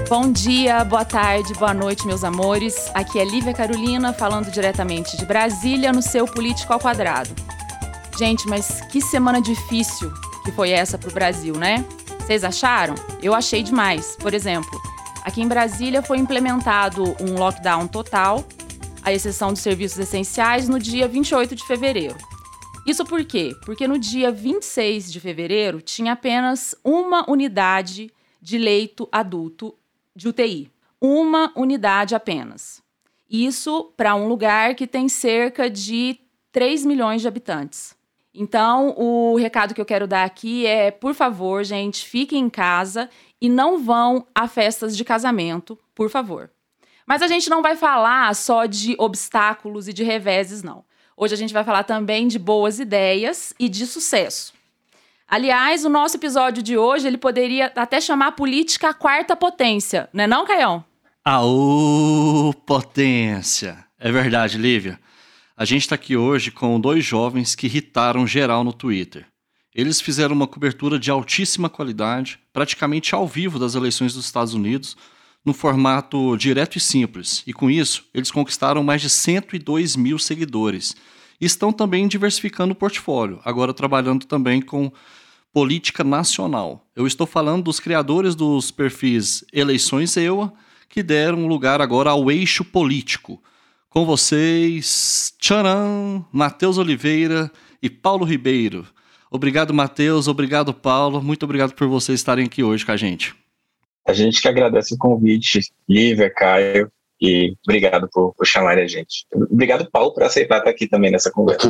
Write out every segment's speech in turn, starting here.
Bom dia, boa tarde, boa noite, meus amores. Aqui é Lívia Carolina, falando diretamente de Brasília, no seu Político ao Quadrado. Gente, mas que semana difícil que foi essa pro Brasil, né? Vocês acharam? Eu achei demais. Por exemplo, aqui em Brasília foi implementado um lockdown total, à exceção dos serviços essenciais, no dia 28 de fevereiro. Isso por quê? Porque no dia 26 de fevereiro tinha apenas uma unidade de leito adulto de UTI. Uma unidade apenas. Isso para um lugar que tem cerca de 3 milhões de habitantes. Então, o recado que eu quero dar aqui é, por favor, gente, fiquem em casa e não vão a festas de casamento, por favor. Mas a gente não vai falar só de obstáculos e de reveses, não. Hoje a gente vai falar também de boas ideias e de sucesso. Aliás, o nosso episódio de hoje, ele poderia até chamar política quarta potência, não é não, Caião? Aô, potência! É verdade, Lívia. A gente está aqui hoje com 2 jovens que irritaram geral no Twitter. Eles fizeram uma cobertura de altíssima qualidade, praticamente ao vivo das eleições dos Estados Unidos, no formato direto e simples. E com isso, eles conquistaram mais de 102 mil seguidores. E estão também diversificando o portfólio, agora trabalhando também com política nacional. Eu estou falando dos criadores dos perfis Eleições EUA, que deram lugar agora ao eixo político. Com vocês, tcharam, Matheus Oliveira e Paulo Ribeiro. Obrigado, Matheus, obrigado, Paulo. Muito obrigado por vocês estarem aqui hoje com a gente. A gente que agradece o convite, Lívia, Caio, e obrigado por chamarem a gente. Obrigado, Paulo, por aceitar estar aqui também nessa conversa.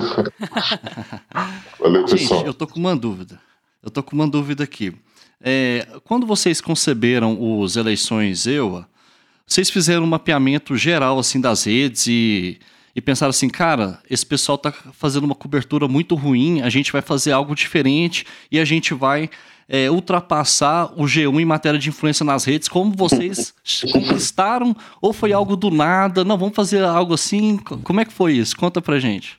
Valeu, pessoal. Gente, eu tô com uma dúvida aqui. Quando vocês conceberam os Eleições EUA, vocês fizeram um mapeamento geral assim, das redes e pensaram assim, cara, esse pessoal tá fazendo uma cobertura muito ruim, a gente vai fazer algo diferente e a gente vai ultrapassar o G1 em matéria de influência nas redes. Como vocês conquistaram? Ou foi algo do nada? Não, vamos fazer algo assim? Como é que foi isso? Conta pra gente.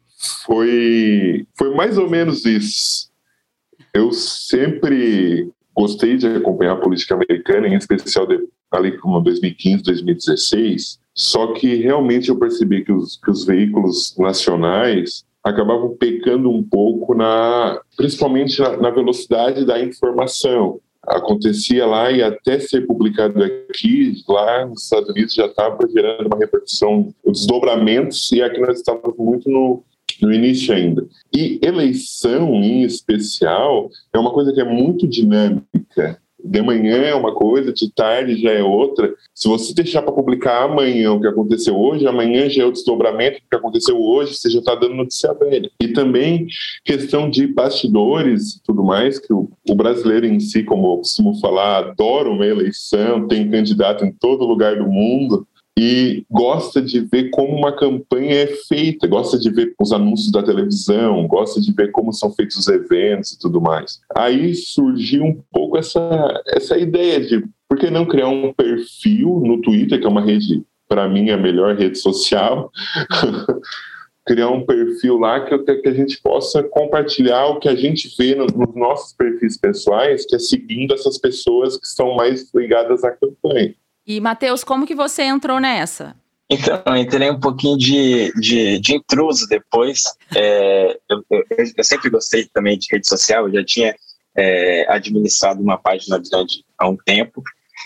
Foi mais ou menos isso. Eu sempre gostei de acompanhar a política americana, em especial ali como 2015, 2016, só que realmente eu percebi que os veículos nacionais acabavam pecando um pouco, principalmente na velocidade da informação. Acontecia lá e até ser publicado aqui, lá nos Estados Unidos já estava gerando uma repercussão, desdobramentos, e aqui nós estávamos muito no início ainda. E eleição, em especial, é uma coisa que é muito dinâmica. De manhã é uma coisa, de tarde já é outra. Se você deixar para publicar amanhã o que aconteceu hoje, amanhã já é o desdobramento do que aconteceu hoje, você já está dando notícia velha. E também questão de bastidores e tudo mais, que o brasileiro em si, como eu costumo falar, adora uma eleição, tem candidato em todo lugar do mundo, e gosta de ver como uma campanha é feita, gosta de ver os anúncios da televisão, gosta de ver como são feitos os eventos e tudo mais. Aí surgiu um pouco essa ideia de por que não criar um perfil no Twitter, que é uma rede, para mim, a melhor rede social, criar um perfil lá que a gente possa compartilhar o que a gente vê nos nossos perfis pessoais, que é seguindo essas pessoas que estão mais ligadas à campanha. E, Matheus, como que você entrou nessa? Então, eu entrei um pouquinho de intruso depois. Eu sempre gostei também de rede social, eu já tinha administrado uma página grande há um tempo.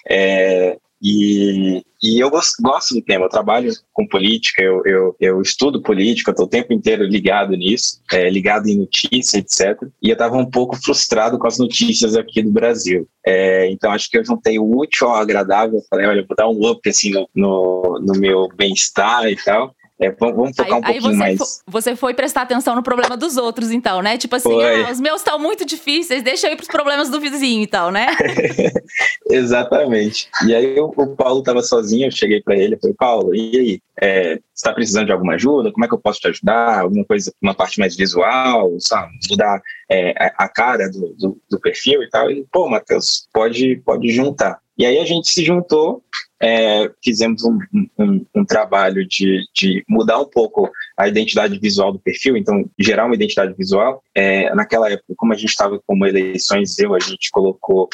E eu gosto do tema, eu trabalho com política, eu estudo política, eu estou o tempo inteiro ligado nisso, ligado em notícia, etc. E eu estava um pouco frustrado com as notícias aqui do Brasil. Então acho que eu juntei o útil ao agradável, falei, olha, vou dar um up assim, no meu bem-estar e tal. Vamos focar um pouquinho mais. Você foi prestar atenção no problema dos outros, então, né? Tipo assim, os meus estão muito difíceis, deixa eu ir pros problemas do vizinho, então, né? Exatamente. E aí o Paulo estava sozinho, eu cheguei para ele, falei, Paulo, e aí? Você está precisando de alguma ajuda? Como é que eu posso te ajudar? Alguma coisa, uma parte mais visual, sabe? Mudar a cara do perfil e tal. E, pô, Matheus, pode juntar. E aí a gente se juntou fizemos um trabalho de mudar um pouco a identidade visual do perfil, então gerar uma identidade visual. Naquela época, como a gente estava com eleições, a gente colocou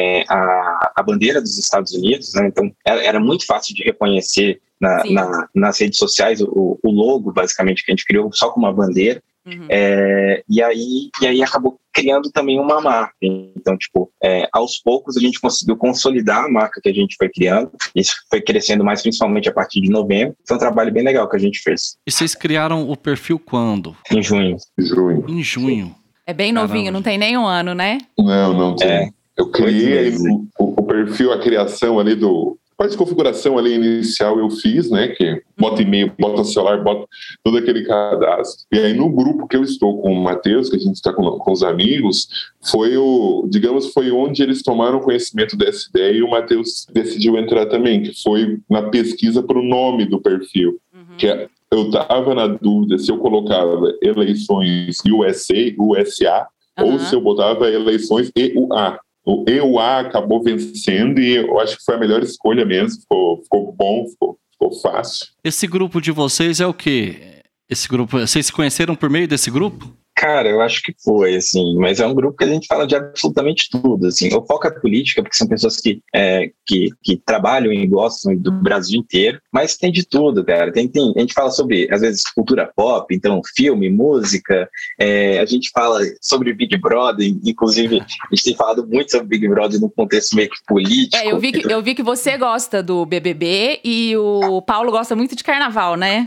a bandeira dos Estados Unidos, né? Então era muito fácil de reconhecer nas redes sociais o logo, basicamente, que a gente criou só com uma bandeira. Uhum. E aí acabou criando também uma marca. Então, aos poucos a gente conseguiu consolidar a marca que a gente foi criando. Isso foi crescendo mais principalmente a partir de novembro. Foi um trabalho bem legal que a gente fez. E vocês criaram o perfil quando? Em junho. Em junho. É bem novinho, Caramba. Não tem nem um ano, né? Não tem. Eu criei o perfil, a criação ali a parte de configuração ali inicial eu fiz, né, que bota e-mail, bota celular, bota todo aquele cadastro. E aí no grupo que eu estou com o Matheus, que a gente está com os amigos, foi onde eles tomaram conhecimento dessa ideia e o Matheus decidiu entrar também, que foi na pesquisa para o nome do perfil. Que eu estava na dúvida se eu colocava eleições USA, ou se eu botava eleições EUA. O EUA acabou vencendo e eu acho que foi a melhor escolha mesmo. Ficou bom, ficou fácil. Esse grupo de vocês é o quê? Esse grupo, vocês se conheceram por meio desse grupo? Cara, eu acho que foi, assim, mas é um grupo que a gente fala de absolutamente tudo, assim. O foco é política, porque são pessoas que trabalham e gostam do Brasil inteiro, mas tem de tudo, cara. A gente fala sobre, às vezes, cultura pop, então filme, música, a gente fala sobre Big Brother, inclusive a gente tem falado muito sobre Big Brother no contexto meio que político. Eu vi que você gosta do BBB e o Paulo gosta muito de carnaval, né?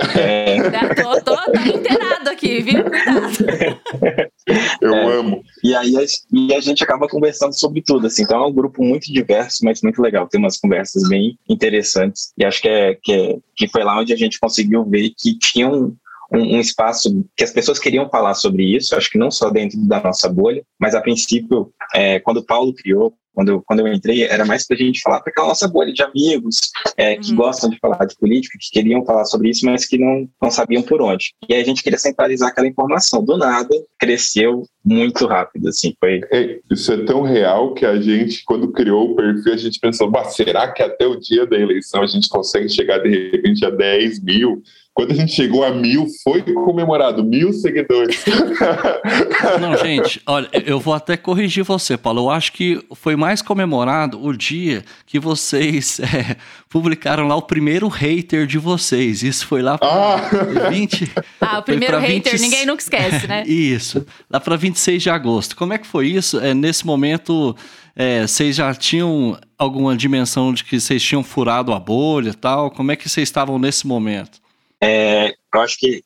Tô inteirado aqui, viu? Cuidado. Eu amo. E aí a gente acaba conversando sobre tudo, assim. Então é um grupo muito diverso, mas muito legal. Tem umas conversas bem interessantes. E acho que foi lá onde a gente conseguiu ver que tinha um espaço que as pessoas queriam falar sobre isso. Acho que não só dentro da nossa bolha, mas a princípio, quando o Paulo criou, quando eu entrei, era mais pra gente falar para aquela nossa bolha de amigos que gostam de falar de política, que queriam falar sobre isso, mas que não sabiam por onde. E aí a gente queria centralizar aquela informação. Do nada, cresceu muito rápido, assim, foi... Isso é tão real que a gente, quando criou o perfil, a gente pensou, será que até o dia da eleição a gente consegue chegar, de repente, a 10 mil? Quando a gente chegou a 1000, foi comemorado, 1000 seguidores. Não, gente, olha, eu vou até corrigir você, Paulo. Eu acho que foi mais comemorado o dia que vocês publicaram lá o primeiro hater de vocês. Isso foi lá para 20... o primeiro hater, ninguém nunca esquece, né? Isso, lá para 26 de agosto. Como é que foi isso? Nesse momento, vocês já tinham alguma dimensão de que vocês tinham furado a bolha e tal? Como é que vocês estavam nesse momento? Eu acho que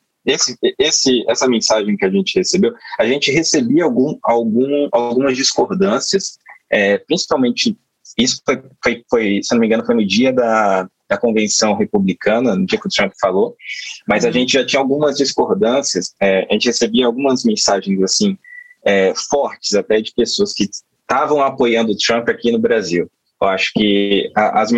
essa mensagem que a gente recebia algumas discordâncias, principalmente isso foi, se não me engano, foi no dia da convenção republicana, no dia que o Trump falou, mas a gente já tinha algumas discordâncias, a gente recebia algumas mensagens assim, fortes até de pessoas que estavam apoiando o Trump aqui no Brasil. Eu acho que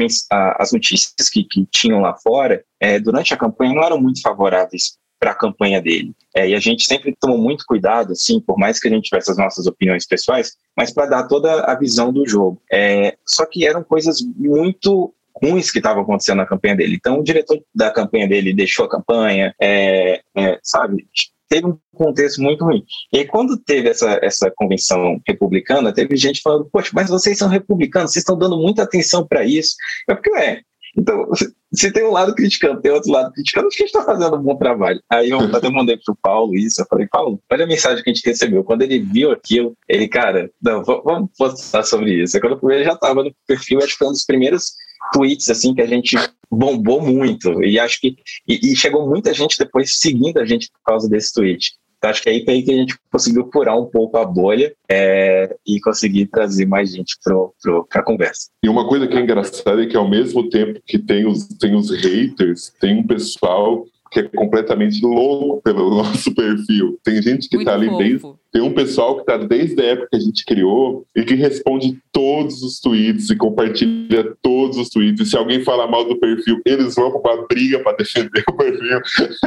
as notícias que tinham lá fora, durante a campanha, não eram muito favoráveis para a campanha dele. E a gente sempre tomou muito cuidado, assim, por mais que a gente tivesse as nossas opiniões pessoais, mas para dar toda a visão do jogo. Só que eram coisas muito ruins que estavam acontecendo na campanha dele. Então, o diretor da campanha dele deixou a campanha, sabe? Teve um contexto muito ruim. E aí, quando teve essa convenção republicana, teve gente falando, poxa, mas vocês são republicanos, vocês estão dando muita atenção para isso. Porque então, se tem um lado criticando, tem outro lado criticando, acho que a gente está fazendo um bom trabalho. Aí eu até mandei pro Paulo isso, eu falei, Paulo, olha a mensagem que a gente recebeu. Quando ele viu aquilo, ele, cara, não, vamos postar sobre isso. Aí quando eu ele já estava no perfil, acho que foi um dos primeiros tweets, assim, que a gente bombou muito. E acho que e chegou muita gente depois seguindo a gente por causa desse tweet. Então, acho que aí foi aí que a gente conseguiu furar um pouco a bolha e conseguir trazer mais gente para a conversa. E uma coisa que é engraçada é que, ao mesmo tempo que tem os haters, tem um pessoal que é completamente louco pelo nosso perfil. Tem gente que está ali tem um pessoal que está desde a época que a gente criou e que responde todos os tweets e compartilha todos os tweets. E se alguém falar mal do perfil, eles vão para uma briga para defender o perfil.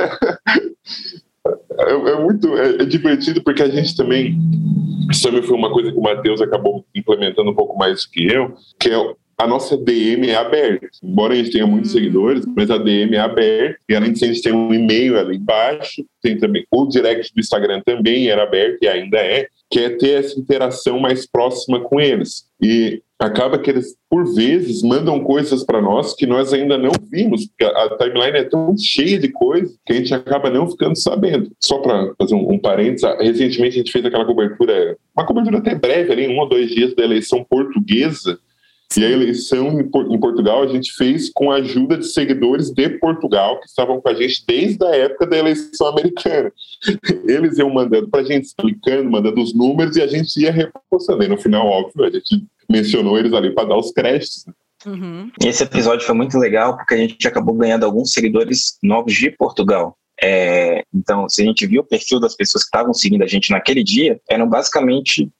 É divertido porque a gente também, isso também foi uma coisa que o Matheus acabou implementando um pouco mais do que eu, que é a nossa DM é aberta. Embora a gente tenha muitos seguidores, mas a DM é aberta. E além disso, a gente tem um e-mail ali embaixo, tem também o direct do Instagram também era aberto e ainda é, que é ter essa interação mais próxima com eles. E acaba que eles, por vezes, mandam coisas para nós que nós ainda não vimos, porque a timeline é tão cheia de coisas que a gente acaba não ficando sabendo. Só para fazer um parênteses, recentemente a gente fez aquela cobertura, uma cobertura até breve, ali, 1 ou 2 dias da eleição portuguesa. E a eleição em Portugal a gente fez com a ajuda de seguidores de Portugal que estavam com a gente desde a época da eleição americana. Eles iam mandando para a gente, explicando, mandando os números e a gente ia repostando. E no final, óbvio, a gente mencionou eles ali para dar os créditos. Uhum. Esse episódio foi muito legal porque a gente acabou ganhando alguns seguidores novos de Portugal. Então, se a gente viu o perfil das pessoas que estavam seguindo a gente naquele dia, eram basicamente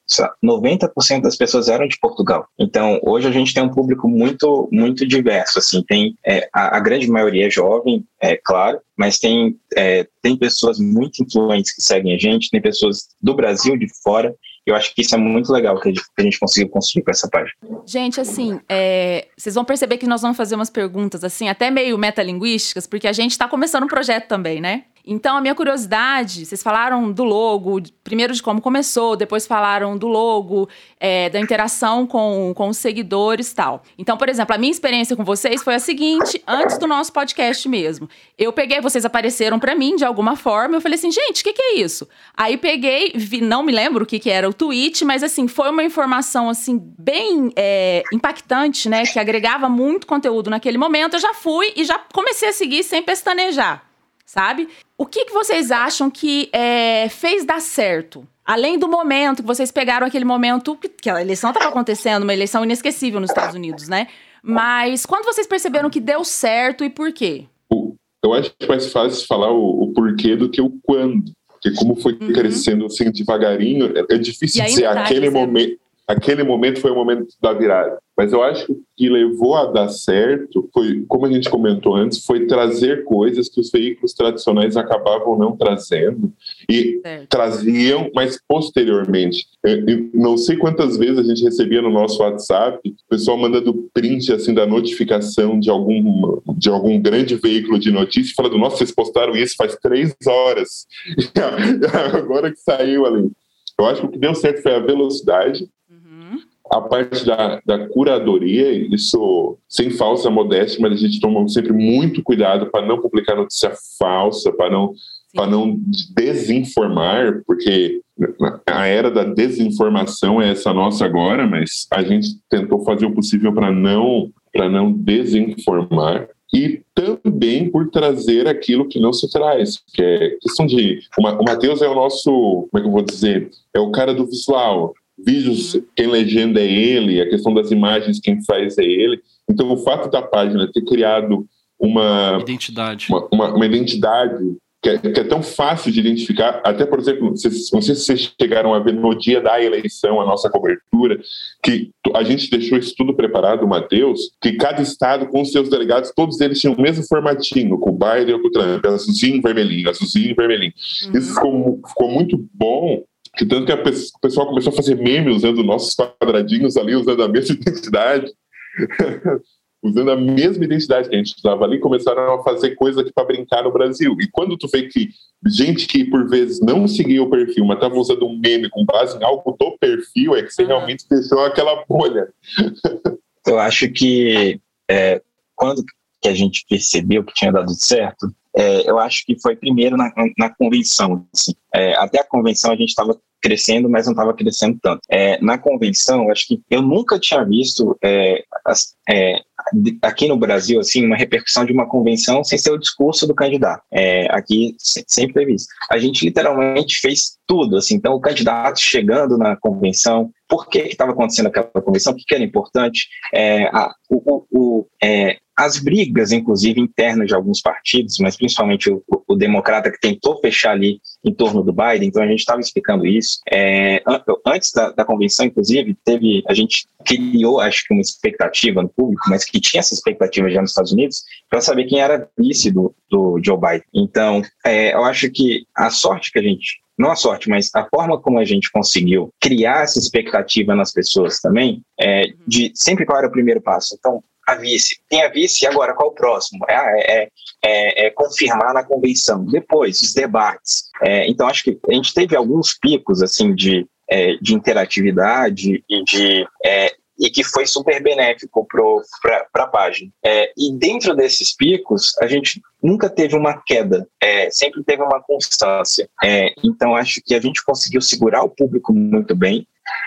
90% das pessoas eram de Portugal. Então, hoje a gente tem um público muito, muito diverso. Assim, tem, a grande maioria é jovem, claro, mas tem pessoas muito influentes que seguem a gente, tem pessoas do Brasil, de fora. Eu acho que isso é muito legal que a gente conseguiu construir com essa página. Gente, assim, vocês vão perceber que nós vamos fazer umas perguntas, assim, até meio metalinguísticas, porque a gente está começando um projeto também, né? Então, a minha curiosidade, vocês falaram do logo, primeiro de como começou, depois falaram do logo, da interação com os seguidores e tal. Então, por exemplo, a minha experiência com vocês foi a seguinte, antes do nosso podcast mesmo. Eu peguei, vocês apareceram pra mim de alguma forma, eu falei assim, gente, o que é isso? Aí peguei, não me lembro o que era o tweet, mas assim, foi uma informação assim, bem impactante, né, que agregava muito conteúdo naquele momento. Eu já fui e já comecei a seguir sem pestanejar, sabe? O que vocês acham que fez dar certo? Além do momento que vocês pegaram aquele momento que a eleição estava acontecendo, uma eleição inesquecível nos Estados Unidos, né? Mas quando vocês perceberam que deu certo e por quê? Eu acho que é mais fácil falar o porquê do que o quando. Porque como foi crescendo assim devagarinho, é difícil dizer aquele momento foi o momento da virada. Mas eu acho que o que levou a dar certo foi, como a gente comentou antes, foi trazer coisas que os veículos tradicionais acabavam não trazendo e traziam, mas posteriormente. Eu não sei quantas vezes a gente recebia no nosso WhatsApp, o pessoal mandando print assim, da notificação de algum grande veículo de notícia, falando, nossa, vocês postaram isso faz 3 horas. Agora que saiu ali. Eu acho que o que deu certo foi a velocidade, a parte da curadoria, isso sem falsa modéstia, mas a gente toma sempre muito cuidado para não publicar notícia falsa, para não desinformar, porque a era da desinformação é essa nossa agora, mas a gente tentou fazer o possível para não desinformar. E também por trazer aquilo que não se traz, que é questão de... O Matheus é o nosso, como é que eu vou dizer, é o cara do visual. Vídeos, quem legenda é ele, a questão das imagens, quem faz é ele. Então, o fato da página ter criado uma identidade, uma identidade que é tão fácil de identificar, até, por exemplo, não sei se vocês chegaram a ver no dia da eleição a nossa cobertura, que a gente deixou isso tudo preparado, Matheus, que cada estado com os seus delegados, todos eles tinham o mesmo formatinho, com o Biden ou com o Trump, azulzinho e vermelhinho, azulzinho e vermelhinho. Isso ficou muito bom, que tanto que o pessoal começou a fazer meme usando nossos quadradinhos ali, usando a mesma identidade. Usando a mesma identidade que a gente usava ali, começaram a fazer coisa aqui para brincar no Brasil. E quando tu vê que gente que por vezes não seguia o perfil, mas estava usando um meme com base em algo do perfil, é que você realmente fechou aquela bolha. Eu acho que quando que a gente percebeu que tinha dado certo, eu acho que foi primeiro na convenção. Assim. Até a convenção a gente estava crescendo, mas não estava crescendo tanto. Na convenção, acho que eu nunca tinha visto aqui no Brasil assim, uma repercussão de uma convenção sem ser o discurso do candidato. Aqui sempre teve isso. A gente literalmente fez tudo. Assim, então, o candidato chegando na convenção, por que estava acontecendo aquela convenção, o que era importante, as brigas, inclusive, internas de alguns partidos, mas principalmente o democrata que tentou fechar ali em torno do Biden, então a gente estava explicando isso. Antes da convenção, inclusive, a gente criou, acho que uma expectativa no público, mas que tinha essa expectativa já nos Estados Unidos, para saber quem era vice do Joe Biden. Então, eu acho que a sorte que a gente... Não a sorte, mas a forma como a gente conseguiu criar essa expectativa nas pessoas também, de sempre qual era o primeiro passo. Então, tem a vice, e agora qual o próximo? Confirmar na convenção. Depois, os debates. Então, acho que a gente teve alguns picos assim, de interatividade e que foi super benéfico para a página. E dentro desses picos, a gente nunca teve uma queda, sempre teve uma constância. Então, acho que a gente conseguiu segurar o público muito bem.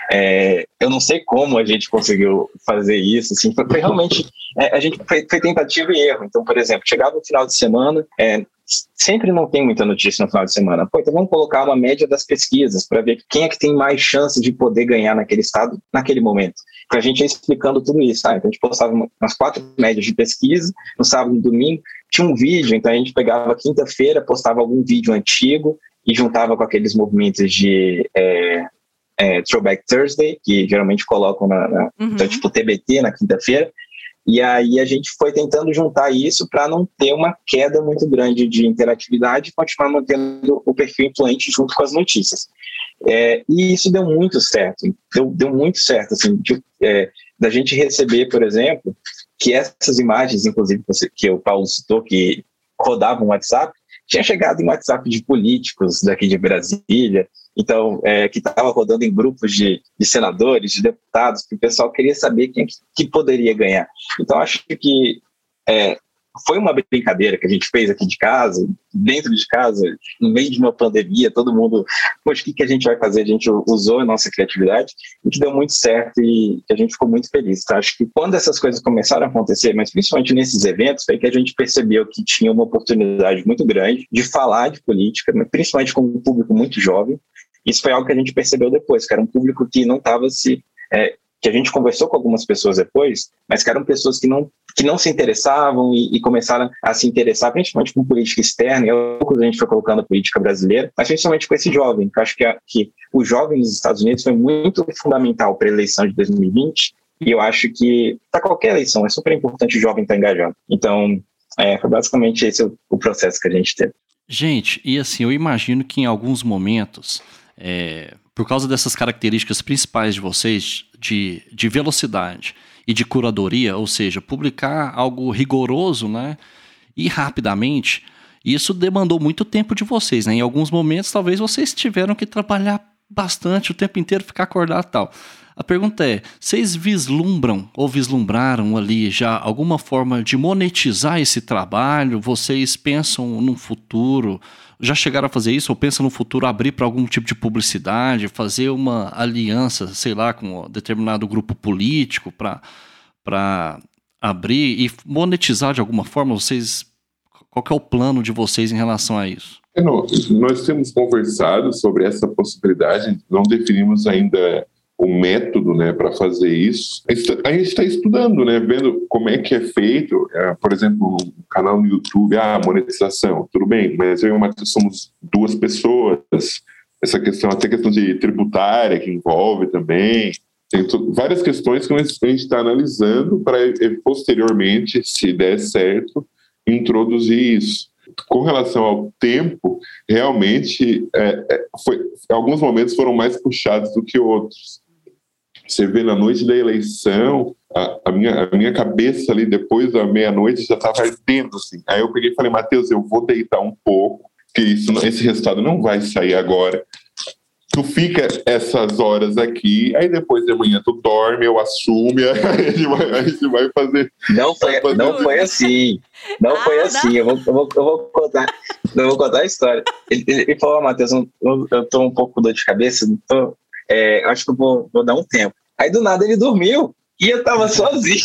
Eu não sei como a gente conseguiu fazer isso, assim, foi realmente, a gente foi tentativa e erro. Então, por exemplo, chegava no final de semana, sempre não tem muita notícia no final de semana. Então vamos colocar uma média das pesquisas para ver quem é que tem mais chance de poder ganhar naquele estado, naquele momento. Então a gente ia explicando tudo isso, tá? Então a gente postava umas 4 médias de pesquisa, no sábado e no domingo, tinha um vídeo, então a gente pegava quinta-feira, postava algum vídeo antigo e juntava com aqueles movimentos de Throwback Thursday, que geralmente colocam então, tipo TBT na quinta-feira. E aí a gente foi tentando juntar isso para não ter uma queda muito grande de interatividade e continuar mantendo o perfil influente junto com as notícias. E isso deu muito certo. Deu muito certo, assim, da gente receber, por exemplo, que essas imagens, inclusive, que o Paulo citou, que rodavam no WhatsApp, tinha chegado em WhatsApp de políticos daqui de Brasília, então, que estava rodando em grupos de senadores, de deputados, que o pessoal queria saber quem que poderia ganhar. Então, acho que foi uma brincadeira que a gente fez aqui de casa, dentro de casa, no meio de uma pandemia, todo mundo, poxa, o que a gente vai fazer? A gente usou a nossa criatividade e que deu muito certo e que a gente ficou muito feliz. Então, acho que quando essas coisas começaram a acontecer, mas principalmente nesses eventos, foi que a gente percebeu que tinha uma oportunidade muito grande de falar de política, mas principalmente com um público muito jovem. Isso foi algo que a gente percebeu depois, que era um público que não estava que a gente conversou com algumas pessoas depois, mas que eram pessoas que não se interessavam e começaram a se interessar, principalmente com política externa, e aos poucos a gente foi colocando a política brasileira, mas principalmente com esse jovem, que eu acho que o jovem nos Estados Unidos foi muito fundamental para a eleição de 2020, e eu acho que para qualquer eleição é super importante o jovem estar engajado. Então, foi basicamente esse o processo que a gente teve. Gente, e assim, eu imagino que em alguns momentos... por causa dessas características principais de vocês, de velocidade e de curadoria, ou seja, publicar algo rigoroso, né, e rapidamente, isso demandou muito tempo de vocês, né? Em alguns momentos, talvez vocês tiveram que trabalhar bastante o tempo inteiro, ficar acordado e tal. A pergunta é, vocês vislumbram ou vislumbraram ali já alguma forma de monetizar esse trabalho? Vocês pensam num futuro, já chegaram a fazer isso, ou pensam no futuro abrir para algum tipo de publicidade, fazer uma aliança, sei lá, com um determinado grupo político para abrir e monetizar de alguma forma? Qual que é o plano de vocês em relação a isso? Nós temos conversado sobre essa possibilidade, não definimos ainda o método, né, para fazer isso. A gente está estudando, né, vendo como é que é feito, por exemplo, um canal no YouTube, monetização, tudo bem, mas eu e o Matheus somos 2 pessoas, essa questão, até questão de tributária que envolve também, tem várias questões que a gente está analisando para posteriormente, se der certo, introduzir isso. Com relação ao tempo, realmente, alguns momentos foram mais puxados do que outros. Você vê na noite da eleição, a minha cabeça ali, depois da meia-noite, já estava ardendo, assim. Aí eu peguei e falei, Matheus, eu vou deitar um pouco, porque esse resultado não vai sair agora. Tu fica essas horas aqui, aí depois de manhã tu dorme, eu assumo, aí a gente vai fazer... Não foi assim. Não foi assim. Eu vou contar a história. Ele falou, Matheus, eu tô um pouco com dor de cabeça, acho que eu vou dar um tempo. Aí do nada ele dormiu e eu tava sozinho.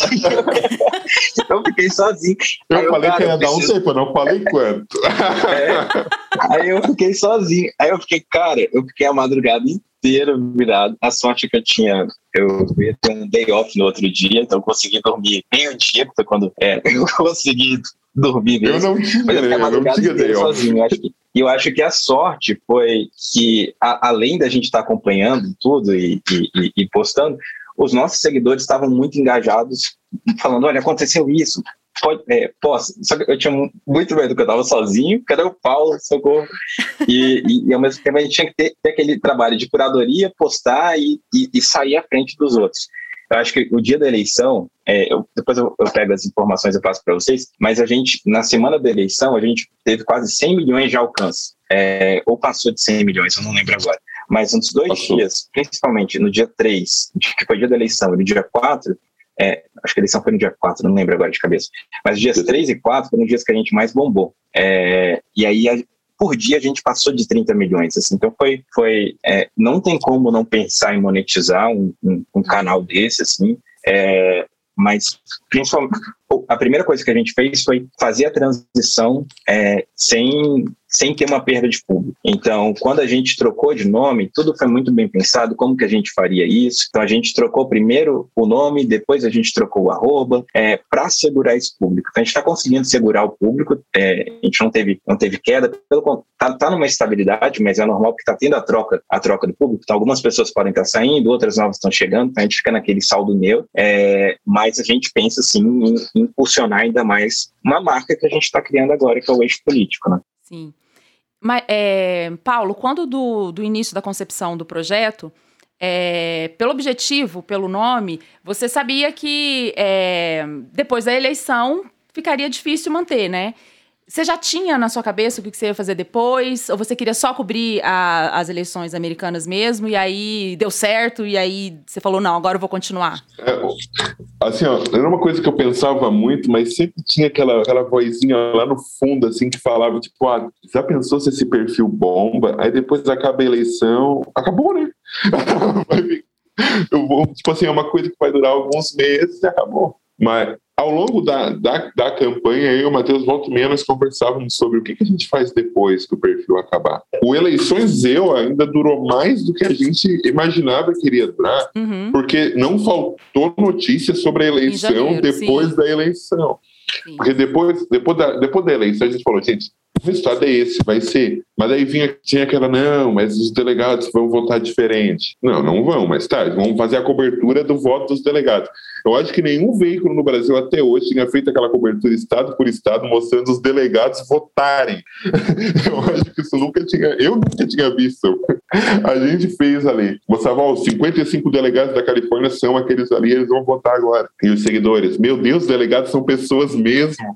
Eu fiquei sozinho. Eu falei que ia dar um tempo, eu não falei quanto. Aí eu fiquei sozinho. Aí eu fiquei a madrugada inteiro virado. A sorte que eu ia ter um day off no outro dia, então eu consegui dormir meio-dia, que foi quando eu consegui dormir mesmo. Eu não tinha day off. Sozinho, eu acho que a sorte foi que, além da gente estar acompanhando tudo e postando, os nossos seguidores estavam muito engajados, falando, olha, aconteceu isso, posso. Só que eu tinha muito medo, que eu estava sozinho, cadê o Paulo, socorro? E ao mesmo tempo a gente tinha que ter aquele trabalho de curadoria, postar e sair à frente dos outros. Eu acho que o dia da eleição, depois eu pego as informações e passo para vocês, mas a gente, na semana da eleição, a gente teve quase 100 milhões de alcance, ou passou de 100 milhões, eu não lembro agora. Mas nos 2 dias, principalmente no dia 3, que foi o dia da eleição, e no dia 4, acho que a eleição foi no dia 4, não lembro agora de cabeça, mas os dias 3 e 4 foram os dias que a gente mais bombou. E aí, por dia, a gente passou de 30 milhões. Assim, então, não tem como não pensar em monetizar um canal desse, assim, mas, principalmente, a primeira coisa que a gente fez foi fazer a transição sem ter uma perda de público. Então, quando a gente trocou de nome, tudo foi muito bem pensado, como que a gente faria isso. Então, a gente trocou primeiro o nome, depois a gente trocou o arroba, para segurar esse público. Então, a gente está conseguindo segurar o público, a gente não teve queda, está numa estabilidade, mas é normal porque está tendo a troca do público. Então, algumas pessoas podem estar saindo, outras novas estão chegando, então a gente fica naquele saldo neutro, mas a gente pensa, assim, em impulsionar ainda mais uma marca que a gente está criando agora, que é o Eixo Político, né? Sim. Mas, Paulo, quando do início da concepção do projeto, pelo objetivo, pelo nome, você sabia que depois da eleição ficaria difícil manter, né? Você já tinha na sua cabeça o que você ia fazer depois? Ou você queria só cobrir as eleições americanas mesmo, e aí deu certo, e aí você falou, não, agora eu vou continuar? Assim, era uma coisa que eu pensava muito, mas sempre tinha aquela vozinha lá no fundo, assim, que falava, tipo, já pensou se esse perfil bomba? Aí depois acaba a eleição, acabou, né? Tipo assim, é uma coisa que vai durar alguns meses e acabou. Mas ao longo da campanha, eu e o Matheus, volta e meia, nós conversávamos sobre o que a gente faz depois que o perfil acabar. O Eleições ainda durou mais do que a gente imaginava que iria durar, porque não faltou notícia sobre a eleição depois da eleição. Sim. Porque depois da eleição a gente falou, gente, o resultado é esse, vai ser. Mas aí tinha aquela, não, mas os delegados vão votar diferente. Não vão, mas vamos fazer a cobertura do voto dos delegados. Eu acho que nenhum veículo no Brasil até hoje tinha feito aquela cobertura estado por estado, mostrando os delegados votarem. Eu acho que isso eu nunca tinha visto. A gente fez ali, mostrava, os 55 delegados da Califórnia são aqueles ali, eles vão votar agora. E os seguidores, meu Deus, os delegados são pessoas mesmo.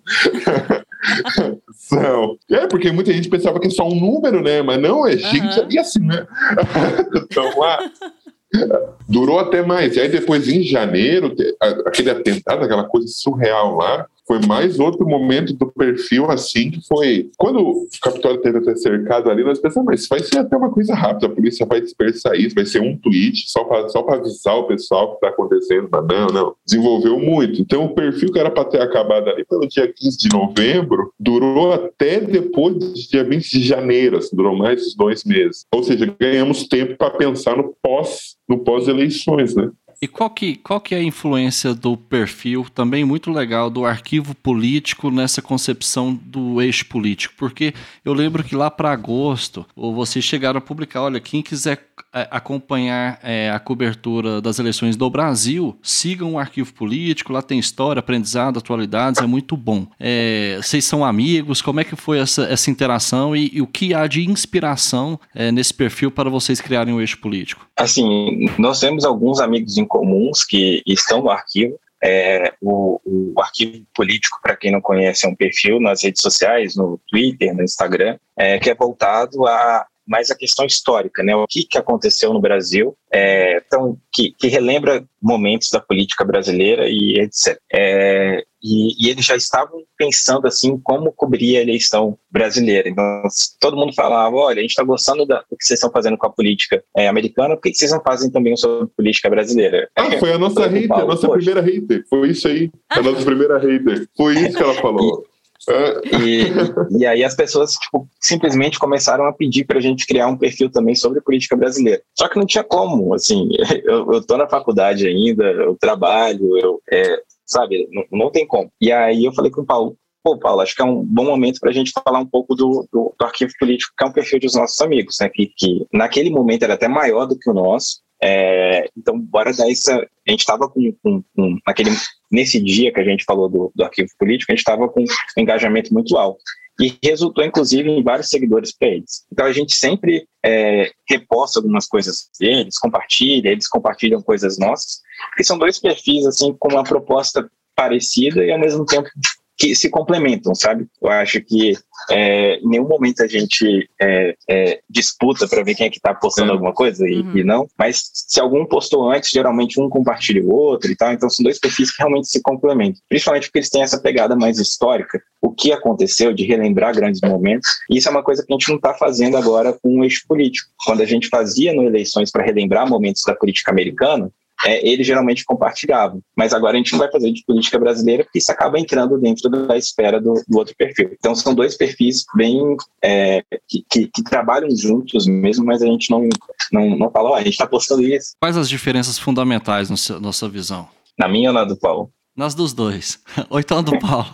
Porque muita gente pensava que é só um número, né? Mas não, é gente ali assim, né? Então lá durou até mais. E aí depois, em janeiro, aquele atentado, aquela coisa surreal lá, foi mais outro momento do perfil, assim, que foi... Quando o Capitólio teve até cercado ali, nós pensamos, mas vai ser até uma coisa rápida, a polícia vai dispersar isso, vai ser um tweet, só para avisar o pessoal que está acontecendo. Mas não. Desenvolveu muito. Então, o perfil que era para ter acabado ali pelo dia 15 de novembro, durou até depois do dia 20 de janeiro, assim, durou mais de 2 meses. Ou seja, ganhamos tempo para pensar no pós-eleições, né? E qual que é a influência do perfil, também muito legal, do arquivo político nessa concepção do eixo político? Porque eu lembro que lá para agosto, vocês chegaram a publicar, olha, quem quiser acompanhar a cobertura das eleições do Brasil, sigam o arquivo político, lá tem história, aprendizado, atualidades, é muito bom. Vocês são amigos, como é que foi essa interação e o que há de inspiração nesse perfil para vocês criarem o eixo político? Assim, nós temos alguns amigos em comuns que estão no arquivo. O arquivo político, para quem não conhece, é um perfil nas redes sociais, no Twitter, no Instagram, que é voltado a mais a questão histórica, né? O que aconteceu no Brasil, então, que relembra momentos da política brasileira e etc. E eles já estavam pensando assim como cobrir a eleição brasileira. Então, todo mundo falava, olha, a gente está gostando do que vocês estão fazendo com a política americana, por que vocês não fazem também sobre política brasileira? Foi a nossa hater, a nossa primeira hater. Foi isso aí, a nossa primeira hater. Foi isso que ela falou. E aí as pessoas tipo, simplesmente começaram a pedir para a gente criar um perfil também sobre política brasileira. Só que não tinha como, assim, eu tô na faculdade ainda, eu trabalho, sabe, não tem como. E aí eu falei com o Paulo, Paulo, acho que é um bom momento para a gente falar um pouco do arquivo político, que é um perfil dos nossos amigos, né, que naquele momento era até maior do que o nosso. Então, bora dar essa... A gente estava nesse dia que a gente falou do arquivo político, a gente estava com um engajamento muito alto. E resultou, inclusive, em vários seguidores para eles. Então, a gente sempre reposta algumas coisas deles, eles compartilham coisas nossas, porque são dois perfis, assim, com uma proposta parecida e, ao mesmo tempo, que se complementam, sabe? Eu acho que em nenhum momento a gente disputa para ver quem é que está postando alguma coisa e não, mas se algum postou antes, geralmente um compartilha o outro e tal, então são dois perfis que realmente se complementam, principalmente porque eles têm essa pegada mais histórica, o que aconteceu, de relembrar grandes momentos, e isso é uma coisa que a gente não está fazendo agora com o eixo político. Quando a gente fazia no Eleições para relembrar momentos da política americana, eles geralmente compartilhavam. Mas agora a gente não vai fazer de política brasileira, porque isso acaba entrando dentro da esfera do outro perfil. Então são dois perfis bem que trabalham juntos mesmo, mas a gente não fala, a gente está postando isso. Quais as diferenças fundamentais na sua visão? Na minha ou na do Paulo? Nas dos dois. Ou então do Paulo.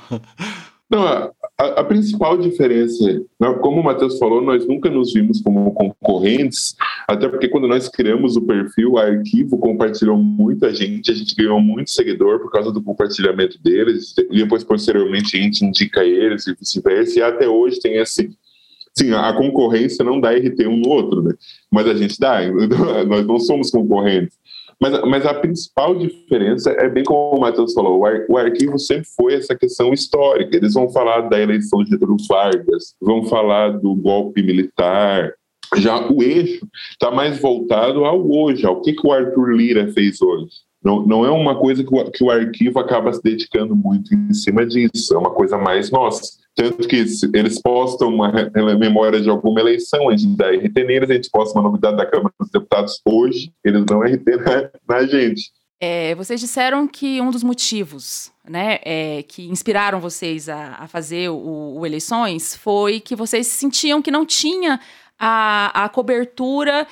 Não, a principal diferença, como o Matheus falou, nós nunca nos vimos como concorrentes, até porque quando nós criamos o perfil, o arquivo compartilhou muita gente, a gente ganhou muito seguidor por causa do compartilhamento deles, e depois, posteriormente, a gente indica eles e vice-versa, e até hoje tem esse... Sim, a concorrência não dá RT um no outro, né? Mas a gente dá, nós não somos concorrentes. Mas a principal diferença é bem como o Matheus falou, o arquivo sempre foi essa questão histórica. Eles vão falar da eleição de Getúlio Vargas, vão falar do golpe militar. Já o eixo está mais voltado ao hoje, ao que o Arthur Lira fez hoje. Não é uma coisa que o arquivo acaba se dedicando muito em cima disso, é uma coisa mais nossa. Tanto que eles postam uma memória de alguma eleição, a gente dá RT neles, a gente posta uma novidade da Câmara dos Deputados hoje, eles dão RT na gente. Vocês disseram que um dos motivos, né, que inspiraram vocês a fazer o Eleições foi que vocês sentiam que não tinha a cobertura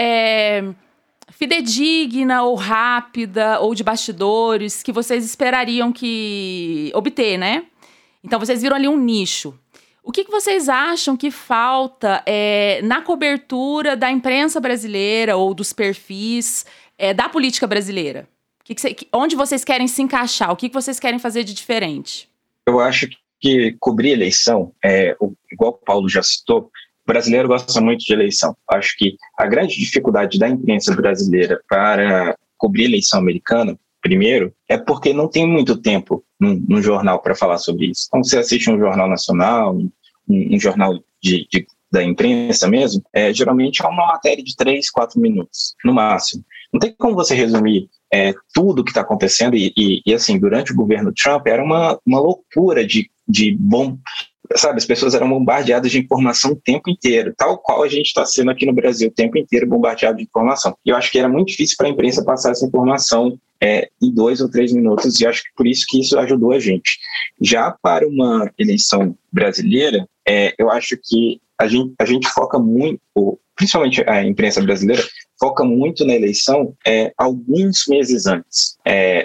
fidedigna ou rápida ou de bastidores que vocês esperariam obter, né? Então, vocês viram ali um nicho. O que vocês acham que falta na cobertura da imprensa brasileira ou dos perfis da política brasileira? Onde vocês querem se encaixar? O que vocês querem fazer de diferente? Eu acho que cobrir eleição, igual o Paulo já citou, o brasileiro gosta muito de eleição. Acho que a grande dificuldade da imprensa brasileira para cobrir eleição americana, primeiro, é porque não tem muito tempo num jornal para falar sobre isso. Então, você assiste um jornal nacional, um jornal da imprensa mesmo, geralmente é uma matéria de 3, 4 minutos, no máximo. Não tem como você resumir tudo o que está acontecendo e, assim, durante o governo Trump era uma loucura de bom... Sabe, as pessoas eram bombardeadas de informação o tempo inteiro, tal qual a gente está sendo aqui no Brasil o tempo inteiro bombardeado de informação. E eu acho que era muito difícil para a imprensa passar essa informação em 2 ou 3 minutos, e acho que por isso que isso ajudou a gente. Já para uma eleição brasileira, eu acho que a gente foca muito, principalmente a imprensa brasileira, foca muito na eleição alguns meses antes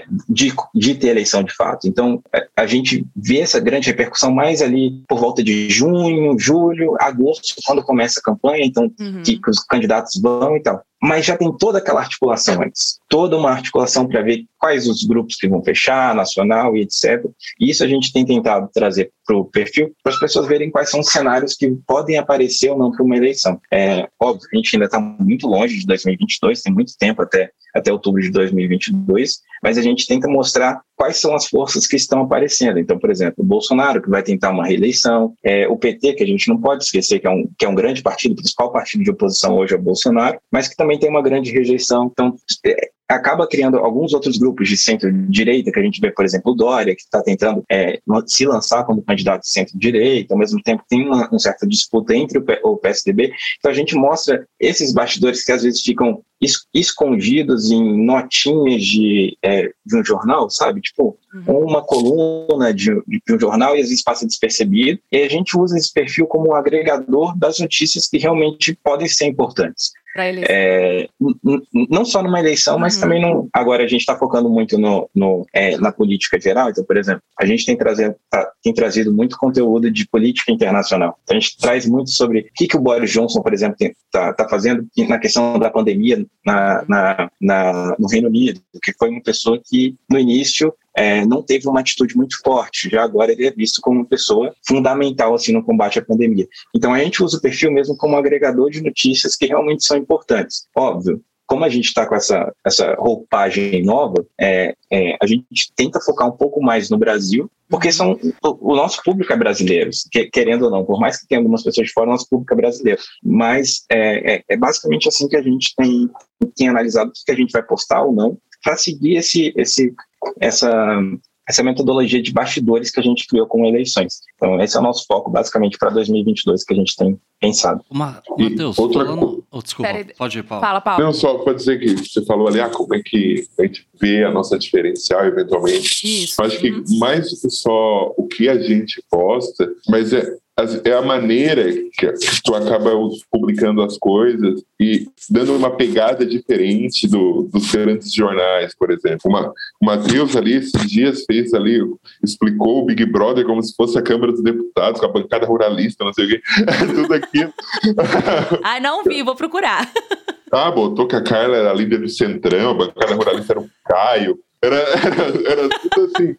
de ter eleição de fato. Então, a gente vê essa grande repercussão mais ali por volta de junho, julho, agosto, quando começa a campanha, então que os candidatos vão e tal. Mas já tem toda aquela articulação antes, toda uma articulação para ver quais os grupos que vão fechar, nacional e etc. E isso a gente tem tentado trazer para o perfil, para as pessoas verem quais são os cenários que podem aparecer ou não para uma eleição. Óbvio, a gente ainda está muito longe de 2022, tem muito tempo até outubro de 2022, mas a gente tenta mostrar quais são as forças que estão aparecendo. Então, por exemplo, o Bolsonaro, que vai tentar uma reeleição, o PT, que a gente não pode esquecer que é um grande partido, o principal partido de oposição hoje é o Bolsonaro, mas que também tem uma grande rejeição. Então, acaba criando alguns outros grupos de centro-direita, que a gente vê, por exemplo, o Dória, que está tentando se lançar como candidato de centro-direita, ao mesmo tempo tem uma certa disputa entre o PSDB. Então a gente mostra esses bastidores que às vezes ficam escondidos em notinhas de um jornal, sabe? Tipo, uma coluna de um jornal e às vezes passa despercebido, e a gente usa esse perfil como um agregador das notícias que realmente podem ser importantes. Não só numa eleição, mas também agora a gente está focando muito na política geral. Então, por exemplo, a gente tem trazido muito conteúdo de política internacional. Então, a gente traz muito sobre o que o Boris Johnson, por exemplo, está fazendo na questão da pandemia no Reino Unido, que foi uma pessoa que no início não teve uma atitude muito forte, já agora ele é visto como uma pessoa fundamental assim, no combate à pandemia. Então a gente usa o perfil mesmo como um agregador de notícias que realmente são importantes. Óbvio, como a gente está com essa roupagem nova, a gente tenta focar um pouco mais no Brasil, porque o nosso público é brasileiro, querendo ou não, por mais que tenha algumas pessoas de fora, o nosso público é brasileiro. Mas é basicamente assim que a gente tem analisado o que a gente vai postar ou não, para seguir essa metodologia de bastidores que a gente criou com eleições. Então, esse é o nosso foco, basicamente, para 2022, que a gente tem pensado. Matheus, falando... desculpa, pode ir, Paulo. Fala, Paulo. Não, só para dizer que você falou ali, como é que a gente vê a nossa diferencial, eventualmente. Isso. Acho que mais do que só o que a gente posta, mas é a maneira que tu acaba publicando as coisas e dando uma pegada diferente dos grandes jornais, por exemplo. O Matheus ali, esses dias, explicou o Big Brother como se fosse a Câmara dos Deputados, com a bancada ruralista, não sei o quê, tudo aquilo. Ai, não vi, vou procurar. Botou que a Carla era a líder do Centrão, a bancada ruralista era o Caio, era tudo assim.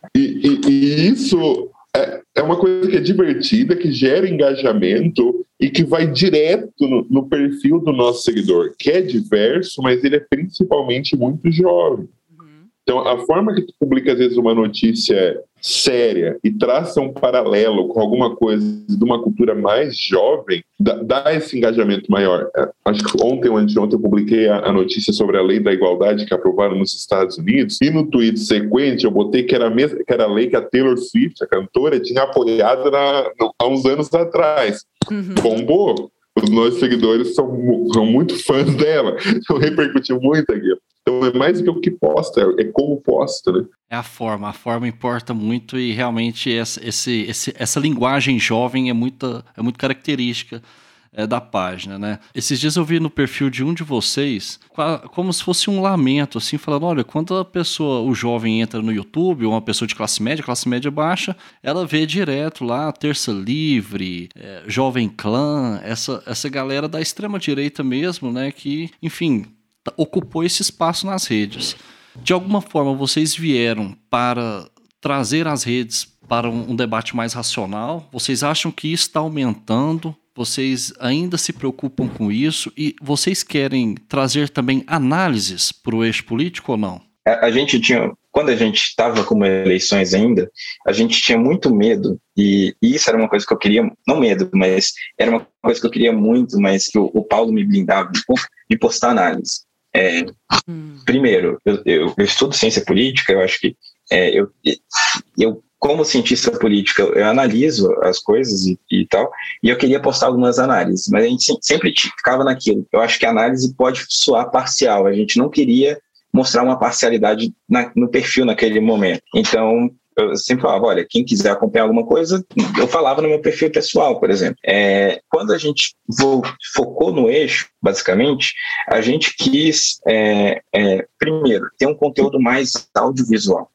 E isso... É uma coisa que é divertida, que gera engajamento e que vai direto no perfil do nosso seguidor, que é diverso, mas ele é principalmente muito jovem. Então, a forma que tu publica, às vezes, uma notícia séria e traça um paralelo com alguma coisa de uma cultura mais jovem, dá esse engajamento maior. Acho que ontem ou anteontem eu publiquei a notícia sobre a lei da igualdade que aprovaram nos Estados Unidos, e no tweet sequente eu botei que era a lei que a Taylor Swift, a cantora, tinha apoiado há uns anos atrás. Bombou. Os nossos seguidores são muito fãs dela, então repercutiu muito aqui. Então é mais do que o que posta, é como posta, né? É a forma importa muito, e realmente essa linguagem jovem é muito característica da página, né? Esses dias eu vi no perfil de um de vocês como se fosse um lamento, assim, falando, olha, quando o jovem entra no YouTube, ou uma pessoa de classe média baixa, ela vê direto lá Terça Livre, Jovem Clã, essa galera da extrema direita mesmo, né, que, enfim, ocupou esse espaço nas redes. De alguma forma, vocês vieram para trazer as redes para um debate mais racional? Vocês acham que isso está aumentando? Vocês ainda se preocupam com isso? E vocês querem trazer também análises para o eixo político ou não? Quando a gente estava com eleições ainda, a gente tinha muito medo, e isso era uma coisa que eu queria, não medo, mas era uma coisa que eu queria muito, mas que o Paulo me blindava um pouco, de postar análise. Primeiro, eu estudo ciência política, eu acho que eu como cientista político, eu analiso as coisas e tal, e eu queria postar algumas análises, mas a gente sempre ficava naquilo. Eu acho que a análise pode soar parcial, a gente não queria mostrar uma parcialidade no perfil naquele momento. Então, eu sempre falava, olha, quem quiser acompanhar alguma coisa, eu falava no meu perfil pessoal, por exemplo. Quando a gente focou no eixo, basicamente, a gente quis, primeiro, ter um conteúdo mais audiovisual.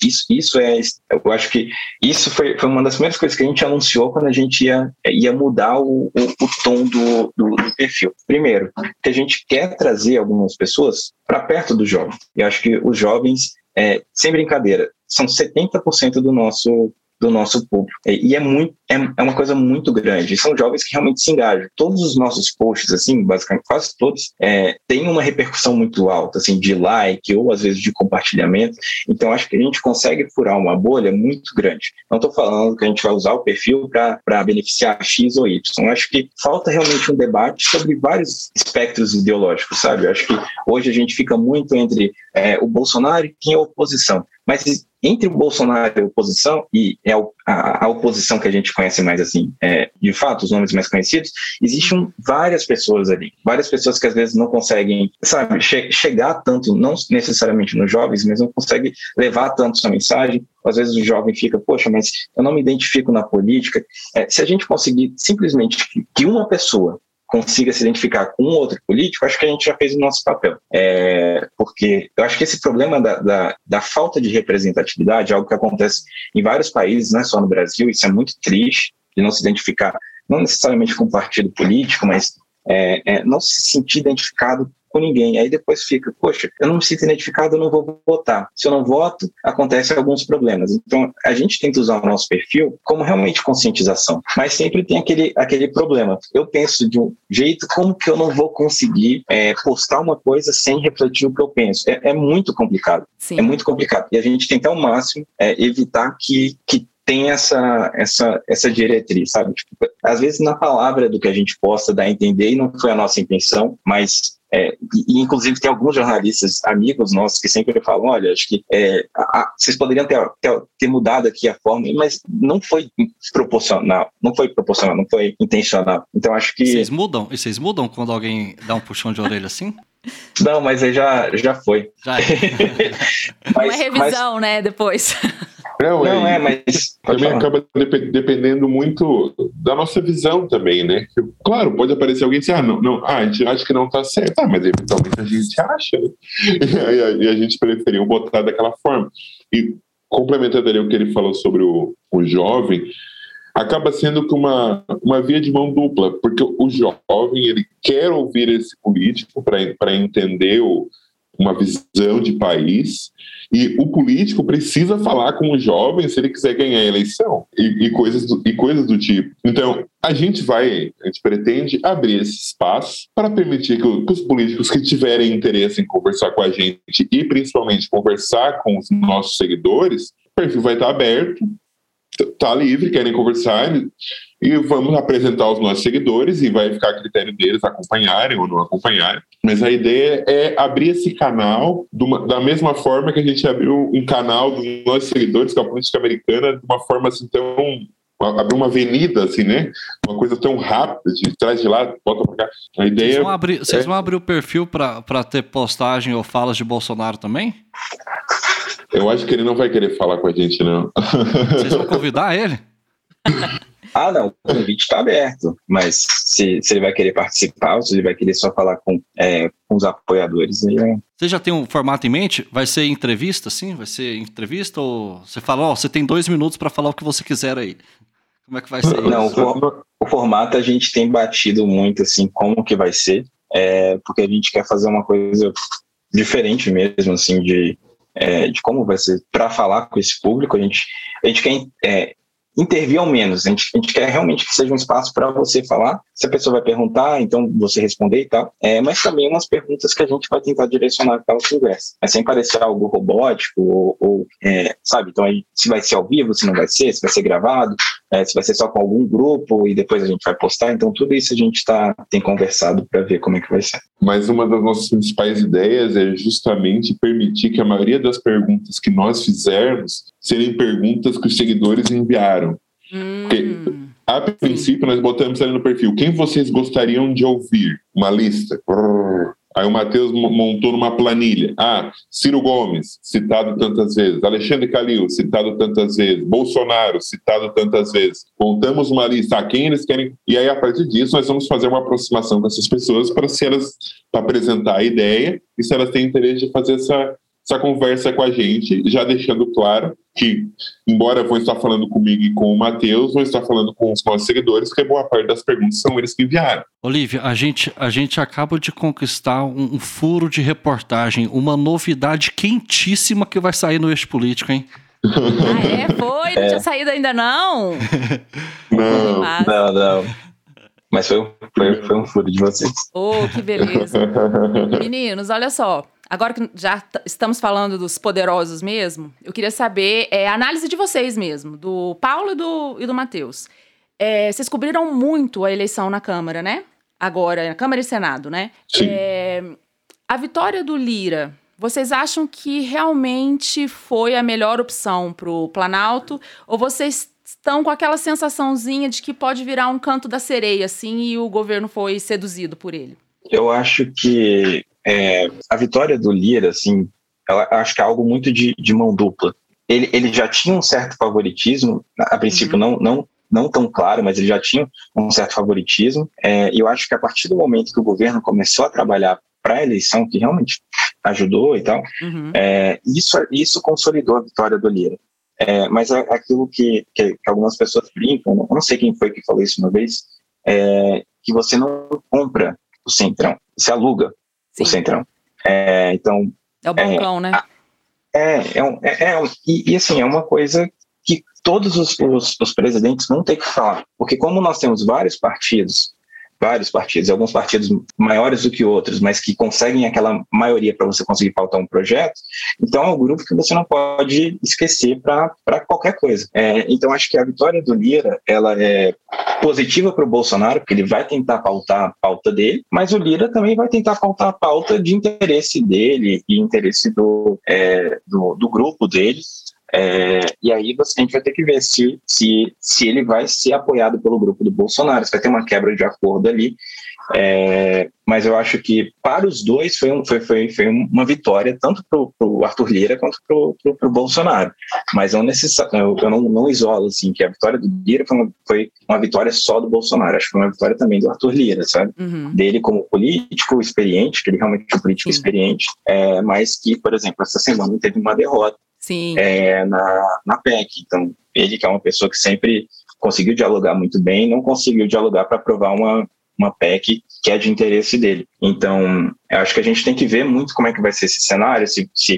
Eu acho que isso foi uma das primeiras coisas que a gente anunciou quando a gente ia mudar o tom do perfil. Primeiro, que a gente quer trazer algumas pessoas para perto do jovem. Eu acho que os jovens, sem brincadeira, são 70% do nosso público. E é uma coisa muito grande. São jovens que realmente se engajam. Todos os nossos posts, assim, basicamente quase todos, têm uma repercussão muito alta, assim, de like ou às vezes de compartilhamento. Então acho que a gente consegue furar uma bolha muito grande. Não estou falando que a gente vai usar o perfil para beneficiar X ou Y. Acho que falta realmente um debate sobre vários espectros ideológicos, sabe? Eu acho que hoje a gente fica muito entre o Bolsonaro e quem é a oposição. Mas entre o Bolsonaro e a oposição, e a oposição que a gente conhece mais assim, de fato, os nomes mais conhecidos, existem várias pessoas ali, várias pessoas que às vezes não conseguem, sabe, chegar tanto, não necessariamente nos jovens, mas não conseguem levar tanto sua mensagem. Às vezes o jovem fica, poxa, mas eu não me identifico na política. Se a gente conseguir simplesmente que uma pessoa consiga se identificar com um outro político, acho que a gente já fez o nosso papel. Porque eu acho que esse problema da falta de representatividade é algo que acontece em vários países, não é só no Brasil, isso é muito triste, de não se identificar, não necessariamente com um partido político, mas não se sentir identificado com ninguém. Aí depois fica, poxa, eu não me sinto identificado, eu não vou votar. Se eu não voto, acontecem alguns problemas. Então, a gente tenta usar o nosso perfil como realmente conscientização, mas sempre tem aquele problema. Eu penso de um jeito, como que eu não vou conseguir postar uma coisa sem refletir o que eu penso? É muito complicado. Sim. É muito complicado. E a gente tenta ao máximo evitar que tem essa diretriz, sabe? Tipo, às vezes na palavra do que a gente possa dar a entender, e não foi a nossa intenção, mas e inclusive tem alguns jornalistas amigos nossos que sempre falam, olha, acho que vocês poderiam ter mudado aqui a forma, mas não foi proporcional, não foi intencional. Então acho que... Vocês mudam quando alguém dá um puxão de orelha assim? Não, mas aí já foi. Já Uma revisão, né, depois. Mas também acaba dependendo muito da nossa visão também, né? Claro, pode aparecer alguém e dizer, a gente acha que não tá certo, mas eventualmente a gente acha, né? E a gente preferiu botar daquela forma. E complementando ali o que ele falou sobre o jovem, acaba sendo que uma via de mão dupla, porque o jovem, ele quer ouvir esse político para entender uma visão de país, e o político precisa falar com o jovem se ele quiser ganhar a eleição e coisas do tipo. Então, a gente pretende abrir esse espaço para permitir que os políticos que tiverem interesse em conversar com a gente e principalmente conversar com os nossos seguidores, o perfil vai estar aberto, está livre, querem conversar, e vamos apresentar os nossos seguidores e vai ficar a critério deles acompanharem ou não acompanharem. Mas a ideia é abrir esse canal da mesma forma que a gente abriu um canal dos nossos seguidores com a política americana, de uma forma assim tão... abrir uma avenida, assim, né? Uma coisa tão rápida, de trás de lá, volta pra cá. A ideia Vocês vão abrir o perfil para ter postagem ou falas de Bolsonaro também? Eu acho que ele não vai querer falar com a gente, não. Vocês vão convidar ele? Não, o convite está aberto, mas se ele vai querer participar ou se ele vai querer só falar com os apoiadores... Você já tem um formato em mente? Vai ser entrevista, sim? Vai ser entrevista ou você fala, você tem 2 minutos para falar o que você quiser aí? Como é que vai ser isso? Não, o formato a gente tem batido muito, assim, como que vai ser, porque a gente quer fazer uma coisa diferente mesmo, assim, de como vai ser para falar com esse público. A gente quer intervir ao menos, a gente quer realmente que seja um espaço para você falar, se a pessoa vai perguntar, então você responder e tal, mas também umas perguntas que a gente vai tentar direcionar aquela conversa, sem parecer algo robótico sabe, então se vai ser ao vivo, se não vai ser, se vai ser gravado, se vai ser só com algum grupo e depois a gente vai postar, então tudo isso a gente tem conversado para ver como é que vai ser. Mas uma das nossas principais ideias é justamente permitir que a maioria das perguntas que nós fizermos serem perguntas que os seguidores enviaram. Porque, a princípio, nós botamos ali no perfil, quem vocês gostariam de ouvir? Uma lista. Aí o Matheus montou numa planilha. Ciro Gomes, citado tantas vezes. Alexandre Calil, citado tantas vezes. Bolsonaro, citado tantas vezes. Montamos uma lista. Quem eles querem... E aí, a partir disso, nós vamos fazer uma aproximação com essas pessoas para apresentar a ideia e se elas têm interesse de fazer essa conversa com a gente, já deixando claro que, embora vão estar falando comigo e com o Matheus, vão estar falando com os nossos seguidores, porque boa parte das perguntas são eles que enviaram. Olívia, a gente acaba de conquistar um furo de reportagem, uma novidade quentíssima que vai sair no Eixo Político, hein? Foi? Não tinha saído ainda, não? Não. Mas foi um furo de vocês. Que beleza. Meninos, olha só. Agora que já estamos falando dos poderosos mesmo, eu queria saber a análise de vocês mesmo, do Paulo e do Matheus. Vocês cobriram muito a eleição na Câmara, né? Agora, na Câmara e Senado, né? Sim. A vitória do Lira, vocês acham que realmente foi a melhor opção para o Planalto? Ou vocês estão com aquela sensaçãozinha de que pode virar um canto da sereia, assim, e o governo foi seduzido por ele? Eu acho que a vitória do Lira, assim, acho que é algo muito de mão dupla. Ele já tinha um certo favoritismo, a princípio não tão claro, mas ele já tinha um certo favoritismo, e eu acho que a partir do momento que o governo começou a trabalhar para a eleição, que realmente ajudou e tal, isso consolidou a vitória do Lira. Mas aquilo que algumas pessoas brincam, eu não sei quem foi que falou isso uma vez, que você não compra o Centrão, você aluga o Centrão. Então, é o balcão, né? E assim, é uma coisa que todos os presidentes vão ter que falar, porque como nós temos vários partidos, e alguns partidos maiores do que outros, mas que conseguem aquela maioria para você conseguir pautar um projeto, então é um grupo que você não pode esquecer para qualquer coisa. Então acho que a vitória do Lira, ela é positiva para o Bolsonaro, porque ele vai tentar pautar a pauta dele, mas o Lira também vai tentar pautar a pauta de interesse dele e interesse do grupo dele. E aí a gente vai ter que ver se ele vai ser apoiado pelo grupo do Bolsonaro, se vai ter uma quebra de acordo ali, mas eu acho que para os dois foi uma vitória tanto para o Arthur Lira quanto para o Bolsonaro, mas eu não isolo assim, que a vitória do Lira foi uma vitória só do Bolsonaro, acho que foi uma vitória também do Arthur Lira, sabe? Dele como político experiente, que ele realmente é um político experiente, mas que, por exemplo, essa semana teve uma derrota na PEC. Então, ele que é uma pessoa que sempre conseguiu dialogar muito bem, não conseguiu dialogar para aprovar uma PEC que é de interesse dele. Então, eu acho que a gente tem que ver muito como é que vai ser esse cenário,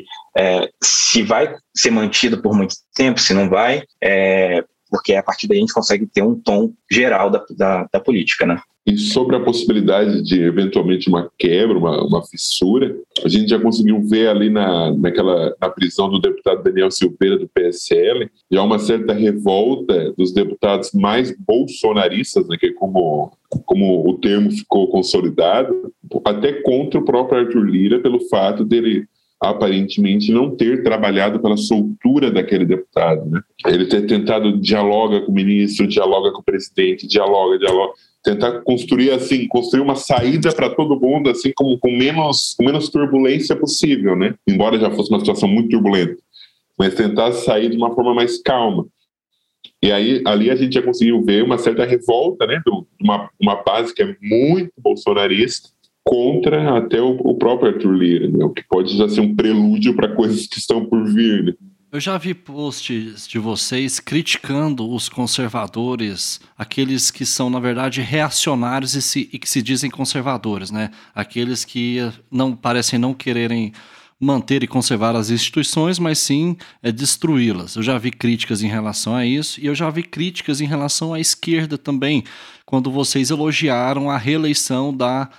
se vai ser mantido por muito tempo, se não vai, porque a partir daí a gente consegue ter um tom geral da política, né? E sobre a possibilidade de, eventualmente, uma quebra, uma fissura, a gente já conseguiu ver ali na prisão do deputado Daniel Silveira, do PSL, já uma certa revolta dos deputados mais bolsonaristas, né, que é como o termo ficou consolidado, até contra o próprio Arthur Lira, pelo fato dele aparentemente não ter trabalhado pela soltura daquele deputado, né? Ele ter tentado dialogar com o ministro, dialoga com o presidente, dialoga, tentar construir uma saída para todo mundo, assim, com menos turbulência possível, né? Embora já fosse uma situação muito turbulenta, mas tentar sair de uma forma mais calma. E aí, ali a gente já conseguiu ver uma certa revolta, né, de uma base que é muito bolsonarista contra até o próprio Arthur Lira, né, o que pode já ser um prelúdio para coisas que estão por vir, né? Eu já vi posts de vocês criticando os conservadores, aqueles que são, na verdade, reacionários e que se dizem conservadores, né? Aqueles que parecem não quererem manter e conservar as instituições, mas sim destruí-las. Eu já vi críticas em relação a isso, e eu já vi críticas em relação à esquerda também, quando vocês elogiaram a reeleição da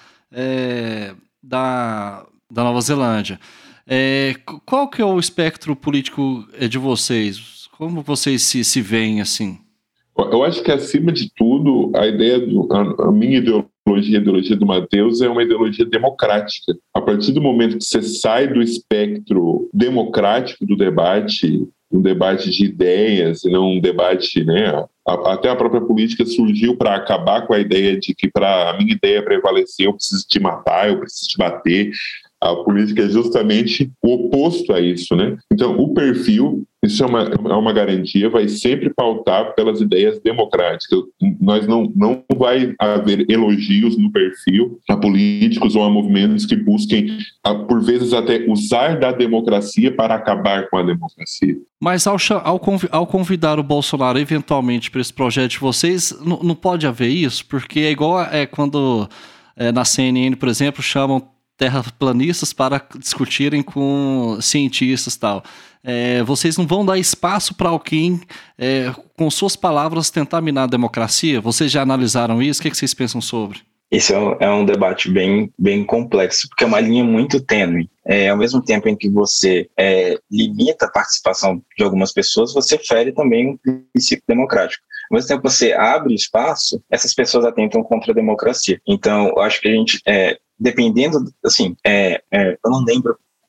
Nova Zelândia. Qual que é o espectro político de vocês? Como vocês se veem assim? Eu acho que, acima de tudo, a minha ideologia, a ideologia do Matheus, é uma ideologia democrática. A partir do momento que você sai do espectro democrático do debate, um debate de ideias, e não um debate, né? Até a própria política surgiu para acabar com a ideia de que, para a minha ideia prevalecer, eu preciso te matar, eu preciso te bater. A política é justamente o oposto a isso, né? Então, o perfil, isso é uma garantia, vai sempre pautar pelas ideias democráticas. Nós não vai haver elogios no perfil a políticos ou a movimentos que busquem, por vezes, até usar da democracia para acabar com a democracia. Mas ao convidar o Bolsonaro eventualmente para esse projeto de vocês, não pode haver isso? Porque é igual quando na CNN, por exemplo, chamam terraplanistas para discutirem com cientistas e tal. Vocês não vão dar espaço para alguém, com suas palavras, tentar minar a democracia? Vocês já analisaram isso? O que vocês pensam sobre? Esse é um debate bem, bem complexo, porque é uma linha muito tênue. Ao mesmo tempo em que você limita a participação de algumas pessoas, você fere também um princípio democrático. Ao mesmo tempo que você abre espaço, essas pessoas atentam contra a democracia. Então, eu acho que a gente, dependendo, assim, eu não lembro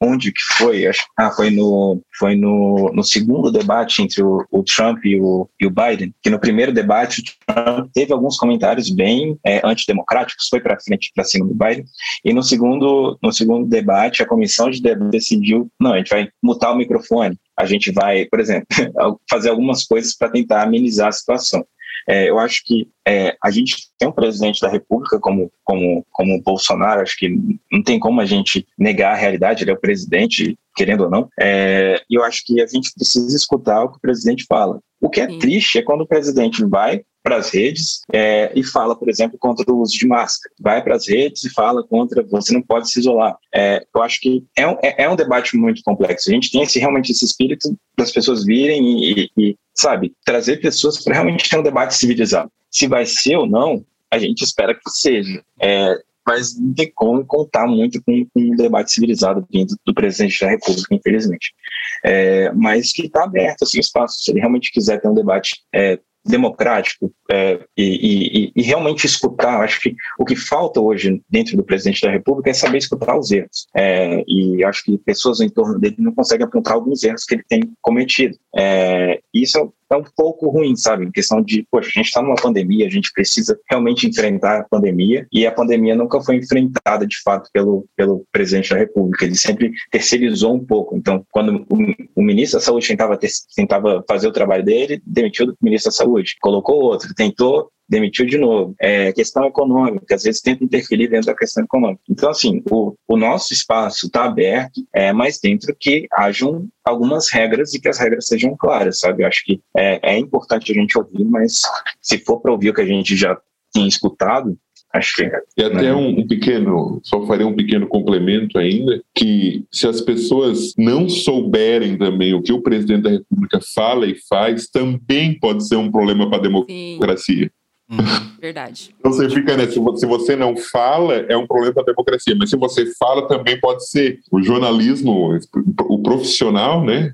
onde que foi? Foi no segundo debate entre o Trump e o Biden, que no primeiro debate o Trump teve alguns comentários bem antidemocráticos, foi para frente, para cima do Biden, e no segundo debate a comissão de debate decidiu, não, a gente vai mutar o microfone, a gente vai, por exemplo, fazer algumas coisas para tentar amenizar a situação. Eu acho que a gente tem um presidente da República como o Bolsonaro, acho que não tem como a gente negar a realidade, ele é o presidente, querendo ou não, e eu acho que a gente precisa escutar o que o presidente fala. O que é triste é quando o presidente vai para as redes e fala, por exemplo, contra o uso de máscara. Vai para as redes e fala contra você não pode se isolar. Eu acho que é um debate muito complexo. A gente tem realmente esse espírito das pessoas virem e sabe, trazer pessoas para realmente ter um debate civilizado. Se vai ser ou não, a gente espera que seja. Mas não tem como contar muito com um debate civilizado vindo do presidente da República, infelizmente. Mas que está aberto assim, o espaço. Se ele realmente quiser ter um debate democrático e realmente escutar, acho que o que falta hoje dentro do presidente da República é saber escutar os erros. E acho que pessoas em torno dele não conseguem apontar alguns erros que ele tem cometido. Isso é um pouco ruim, sabe? Em questão de, poxa, a gente está numa pandemia, a gente precisa realmente enfrentar a pandemia, e a pandemia nunca foi enfrentada, de fato, pelo presidente da República. Ele sempre terceirizou um pouco. Então, quando o ministro da Saúde tentava fazer o trabalho dele, demitiu o ministro da Saúde, colocou outro, tentou, demitiu de novo. Questão econômica, às vezes tenta interferir dentro da questão econômica. Então, assim, o nosso espaço está aberto, mas dentro que hajam algumas regras e que as regras sejam claras, sabe? Eu acho que é importante a gente ouvir, mas se for para ouvir o que a gente já tinha escutado, acho que E até só farei um pequeno complemento ainda, que se as pessoas não souberem também o que o presidente da República fala e faz, também pode ser um problema para a democracia. Sim. Verdade. Então você fica, né? Se você não fala, é um problema para a democracia, mas se você fala, também pode ser. O jornalismo, o profissional, né?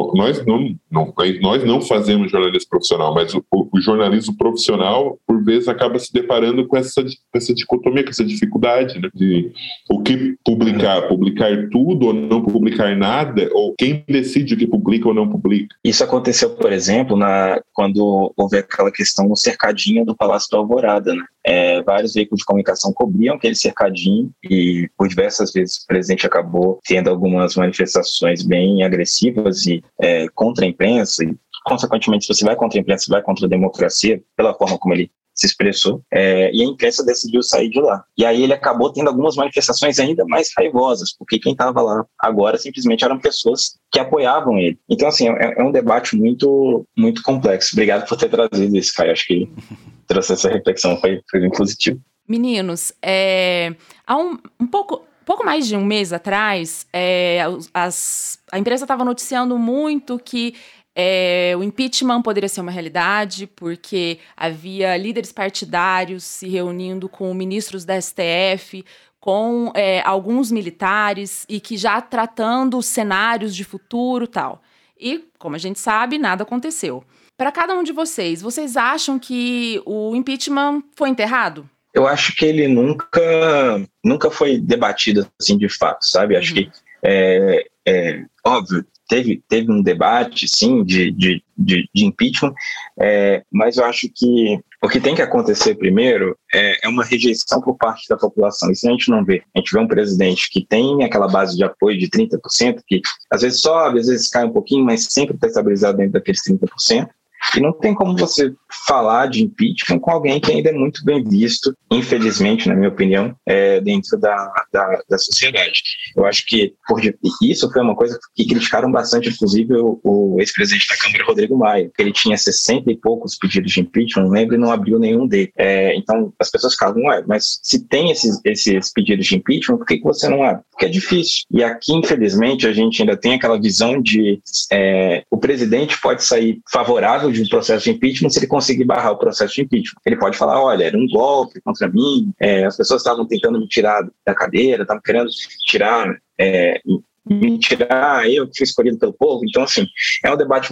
Nós não fazemos jornalismo profissional, mas o jornalismo profissional, por vezes, acaba se deparando com essa dicotomia, com essa dificuldade, né? De o que publicar tudo ou não publicar nada, ou quem decide o que publica ou não publica. Isso aconteceu, por exemplo, quando houve aquela questão no cercadinho do Palácio da Alvorada, né? Vários veículos de comunicação cobriam aquele cercadinho e por diversas vezes o presidente acabou tendo algumas manifestações bem agressivas e contra a imprensa e, consequentemente, se você vai contra a imprensa, você vai contra a democracia pela forma como ele se expressou, e a imprensa decidiu sair de lá. E aí ele acabou tendo algumas manifestações ainda mais raivosas, porque quem estava lá agora simplesmente eram pessoas que apoiavam ele. Então, assim, é um debate muito, muito complexo. Obrigado por ter trazido isso, Caio. Acho que trouxe essa reflexão, foi bem positivo. Meninos, há um pouco mais de um mês atrás, a imprensa estava noticiando muito que o impeachment poderia ser uma realidade, porque havia líderes partidários se reunindo com ministros da STF, com alguns militares, e que já tratando cenários de futuro e tal. E, como a gente sabe, nada aconteceu. Para cada um de vocês acham que o impeachment foi enterrado? Eu acho que ele nunca foi debatido assim de fato, sabe? Acho que, óbvio, teve um debate, sim, de impeachment, mas eu acho que o que tem que acontecer primeiro é uma rejeição por parte da população. Isso a gente não vê. A gente vê um presidente que tem aquela base de apoio de 30%, que às vezes sobe, às vezes cai um pouquinho, mas sempre está estabilizado dentro daqueles 30%. E não tem como você falar de impeachment com alguém que ainda é muito bem visto, infelizmente, na minha opinião, dentro da sociedade. Eu acho que isso foi uma coisa que criticaram bastante, inclusive, o ex-presidente da Câmara, Rodrigo Maia, que ele tinha 60 e poucos pedidos de impeachment, não lembro, e não abriu nenhum dele. Então, as pessoas ficavam, mas se tem esses pedidos de impeachment, por que você não abre? Porque é difícil. E aqui, infelizmente, a gente ainda tem aquela visão de o presidente pode sair favorável de um processo de impeachment se ele conseguir barrar o processo de impeachment. Ele pode falar, olha, era um golpe contra mim, as pessoas estavam tentando me tirar da cadeira, estavam querendo me tirar, eu que fui escolhido pelo povo. Então, assim, é um debate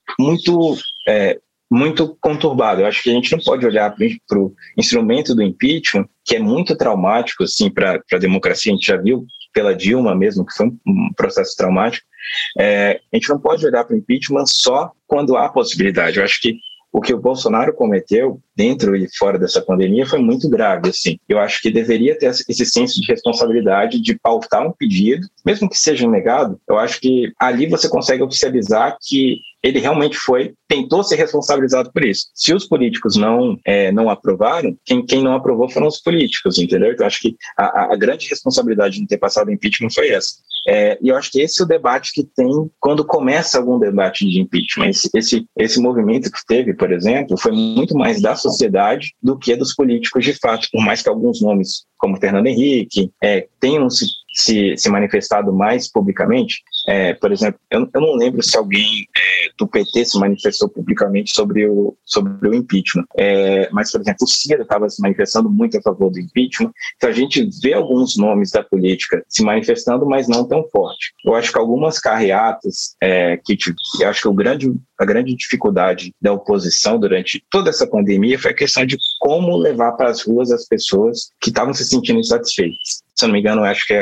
muito conturbado. Eu acho que a gente não pode olhar para o instrumento do impeachment, que é muito traumático assim, para a democracia. A gente já viu pela Dilma mesmo, que foi um processo traumático, a gente não pode olhar para o impeachment só quando há possibilidade. Eu acho que o que o Bolsonaro cometeu dentro e fora dessa pandemia foi muito grave, assim. Eu acho que deveria ter esse senso de responsabilidade de pautar um pedido, mesmo que seja negado. Eu acho que ali você consegue oficializar que ele realmente tentou ser responsabilizado por isso. Se os políticos não aprovaram, quem não aprovou foram os políticos, entendeu? Então, eu acho que a grande responsabilidade de não ter passado o impeachment foi essa. E eu acho que esse é o debate que tem quando começa algum debate de impeachment. Esse movimento que teve, por exemplo, foi muito mais da sociedade do que dos políticos de fato, por mais que alguns nomes, como Fernando Henrique, tenham se manifestado mais publicamente. Por exemplo, eu não lembro se alguém do PT se manifestou publicamente sobre o impeachment, mas, por exemplo, o Ciro estava se manifestando muito a favor do impeachment, então a gente vê alguns nomes da política se manifestando, mas não tão forte. Eu acho que algumas carreatas, eu acho que a grande dificuldade da oposição durante toda essa pandemia foi a questão de como levar para as ruas as pessoas que estavam se sentindo insatisfeitas. Se eu não me engano, eu acho que é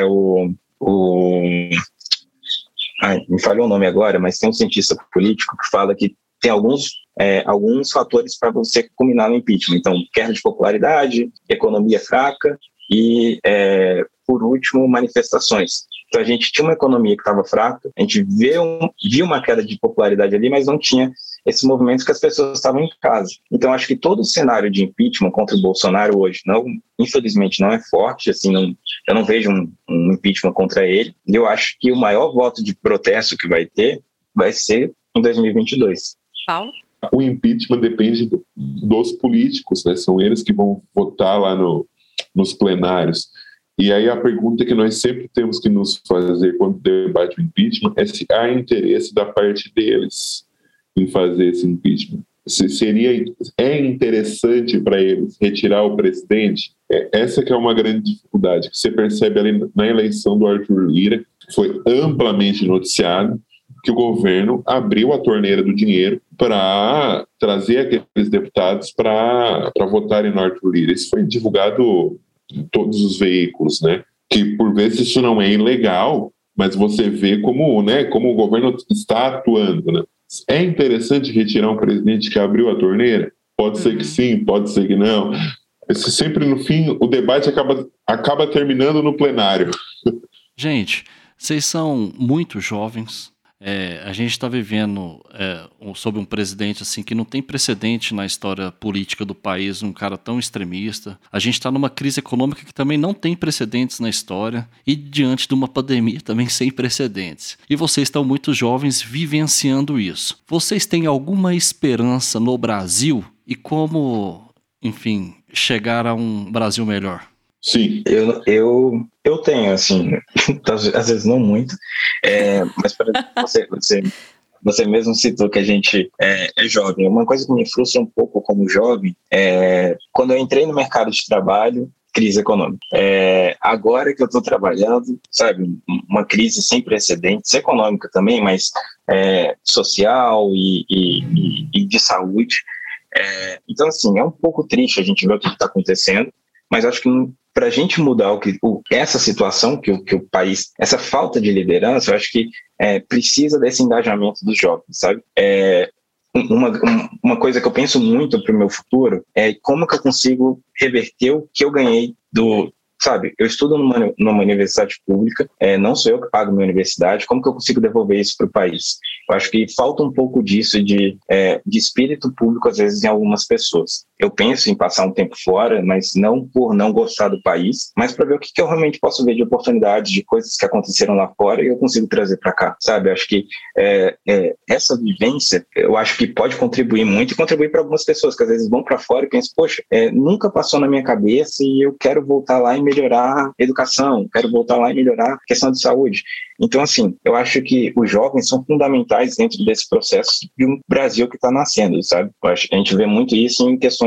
me falhou o nome agora, mas tem um cientista político que fala que tem alguns fatores para você culminar no impeachment. Então, queda de popularidade, economia fraca e, por último, manifestações. Então, a gente tinha uma economia que estava fraca, a gente viu uma queda de popularidade ali, mas não tinha esses movimentos que as pessoas estavam em casa. Então, acho que todo o cenário de impeachment contra o Bolsonaro hoje, infelizmente, não é forte, assim, eu não vejo um impeachment contra ele, e eu acho que o maior voto de protesto que vai ser em 2022. Paulo? O impeachment depende dos políticos, né? São eles que vão votar lá nos plenários. E aí a pergunta que nós sempre temos que nos fazer quando debate o impeachment é se há interesse da parte deles em fazer esse impeachment. Se é interessante para eles retirar o presidente. Essa que é uma grande dificuldade, que você percebe ali na eleição do Arthur Lira, foi amplamente noticiado que o governo abriu a torneira do dinheiro para trazer aqueles deputados para votarem no Arthur Lira. Isso foi divulgado em todos os veículos, né? Que por vezes isso não é ilegal, mas você vê como o governo está atuando, né? É interessante retirar um presidente que abriu a torneira? Pode ser que sim, pode ser que não. Sempre no fim o debate acaba terminando no plenário. Gente, vocês são muito jovens. A gente está vivendo sob um presidente assim que não tem precedente na história política do país, um cara tão extremista. A gente está numa crise econômica que também não tem precedentes na história e diante de uma pandemia também sem precedentes. E vocês estão muito jovens vivenciando isso. Vocês têm alguma esperança no Brasil e como, enfim, chegar a um Brasil melhor? Sim. Eu tenho, assim, às vezes não muito, mas por exemplo, você mesmo citou que a gente é jovem. Uma coisa que me frustra um pouco como jovem quando eu entrei no mercado de trabalho, crise econômica. Agora que eu estou trabalhando, sabe, uma crise sem precedentes, econômica também, mas social e de saúde. Então, assim, é um pouco triste a gente ver o que está acontecendo, mas acho que para a gente mudar essa situação que o país, essa falta de liderança, eu acho que precisa desse engajamento dos jovens, sabe? Uma coisa que eu penso muito para o meu futuro é como que eu consigo reverter o que eu ganhei sabe, eu estudo numa universidade pública, não sou eu que pago minha universidade, como que eu consigo devolver isso para o país? Eu acho que falta um pouco disso de espírito público, às vezes, em algumas pessoas. Eu penso em passar um tempo fora, mas não por não gostar do país, mas para ver o que eu realmente posso ver de oportunidades, de coisas que aconteceram lá fora e eu consigo trazer para cá, sabe? Eu acho que essa vivência, eu acho que pode contribuir muito e contribuir para algumas pessoas que às vezes vão para fora e pensam, poxa, nunca passou na minha cabeça e eu quero voltar lá e melhorar a educação, quero voltar lá e melhorar a questão de saúde. Então, assim, eu acho que os jovens são fundamentais dentro desse processo de um Brasil que está nascendo, sabe? Eu acho que a gente vê muito isso em questões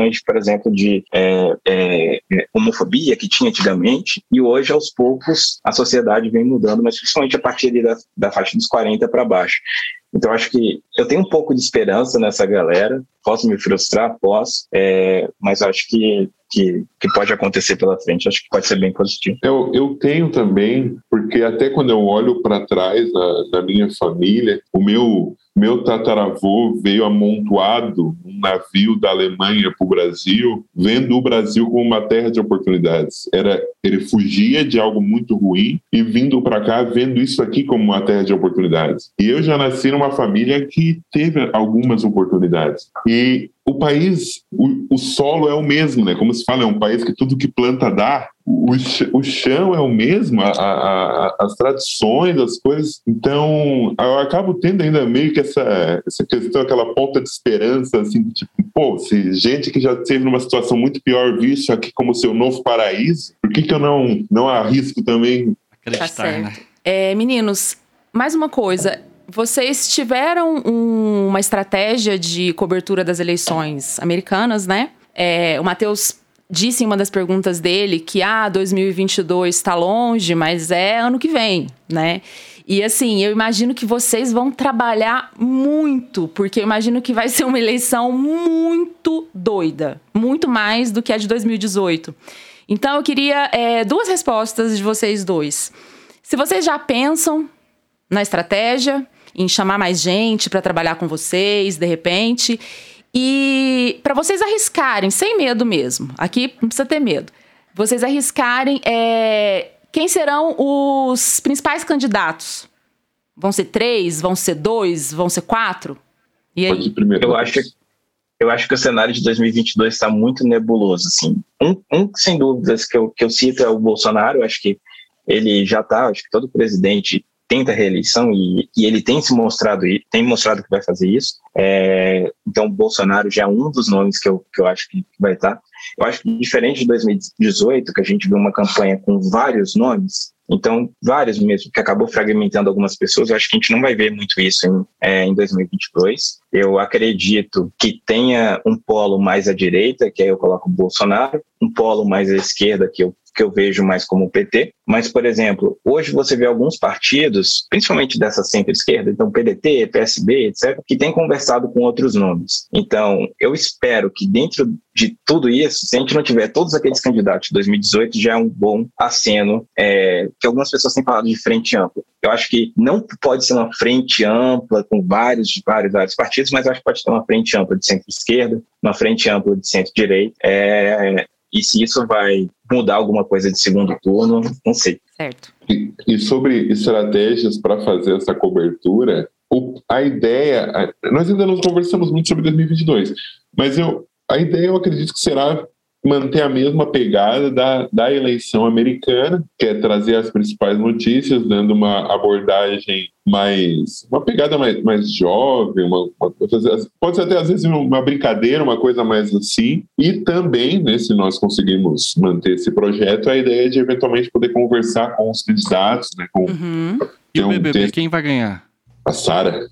questões, por exemplo, de homofobia que tinha antigamente, e hoje, aos poucos, a sociedade vem mudando, mas principalmente a partir ali da faixa dos 40 para baixo. Então, acho que eu tenho um pouco de esperança nessa galera. Posso me frustrar? Posso. Mas acho que pode acontecer pela frente. Acho que pode ser bem positivo. Eu tenho também, porque até quando eu olho para trás da minha família, o meu tataravô veio amontoado num navio da Alemanha para o Brasil, vendo o Brasil como uma terra de oportunidades. Ele fugia de algo muito ruim e vindo para cá vendo isso aqui como uma terra de oportunidades. E eu já nasci numa família que teve algumas oportunidades. E o país, o solo é o mesmo, né? Como se fala, é um país que tudo que planta dá. O chão é o mesmo, as tradições, as coisas. Então, eu acabo tendo ainda meio que essa questão, aquela ponta de esperança, assim, tipo, se gente que já esteve numa situação muito pior viu isso aqui como seu novo paraíso, por que eu não arrisco também? Tá certo. Meninos, mais uma coisa. Vocês tiveram uma estratégia de cobertura das eleições americanas, né? O Matheus disse em uma das perguntas dele que 2022 está longe, mas é ano que vem, né? E assim, eu imagino que vocês vão trabalhar muito, porque eu imagino que vai ser uma eleição muito doida, muito mais do que a de 2018. Então eu queria 2 respostas de vocês dois. Se vocês já pensam na estratégia, em chamar mais gente para trabalhar com vocês, de repente. E para vocês arriscarem, sem medo mesmo. Aqui não precisa ter medo. Vocês arriscarem quem serão os principais candidatos. Vão ser 3? Vão ser 2? Vão ser 4? E aí? Eu acho que o cenário de 2022 está muito nebuloso. Assim. Sem dúvidas, que eu cito é o Bolsonaro. Eu acho que ele já está, acho que todo presidente tenta a reeleição e ele tem mostrado que vai fazer isso. Então, o Bolsonaro já é um dos nomes que eu acho que vai estar. Eu acho que diferente de 2018, que a gente viu uma campanha com vários nomes, então, vários mesmo, que acabou fragmentando algumas pessoas, eu acho que a gente não vai ver muito isso em 2022. Eu acredito que tenha um polo mais à direita, que aí eu coloco o Bolsonaro, um polo mais à esquerda, que eu vejo mais como o PT. Mas, por exemplo, hoje você vê alguns partidos, principalmente dessa centro-esquerda, então PDT, PSB, etc., que têm conversado com outros nomes. Então, eu espero que dentro de tudo isso, se a gente não tiver todos aqueles candidatos de 2018, já é um bom aceno, que algumas pessoas têm falado de frente ampla. Eu acho que não pode ser uma frente ampla com vários partidos, mas eu acho que pode ter uma frente ampla de centro-esquerda, uma frente ampla de centro-direita, e se isso vai mudar alguma coisa de segundo turno, não sei. Certo. E sobre estratégias para fazer essa cobertura, a ideia... Nós ainda não conversamos muito sobre 2022, mas a ideia eu acredito que será manter a mesma pegada da eleição americana, que é trazer as principais notícias, dando uma abordagem uma pegada mais jovem, pode ser até às vezes uma brincadeira, uma coisa mais assim, e também, né, se nós conseguirmos manter esse projeto, a ideia é de eventualmente poder conversar com os candidatos, né, E o BBB, quem vai ganhar? A Sara.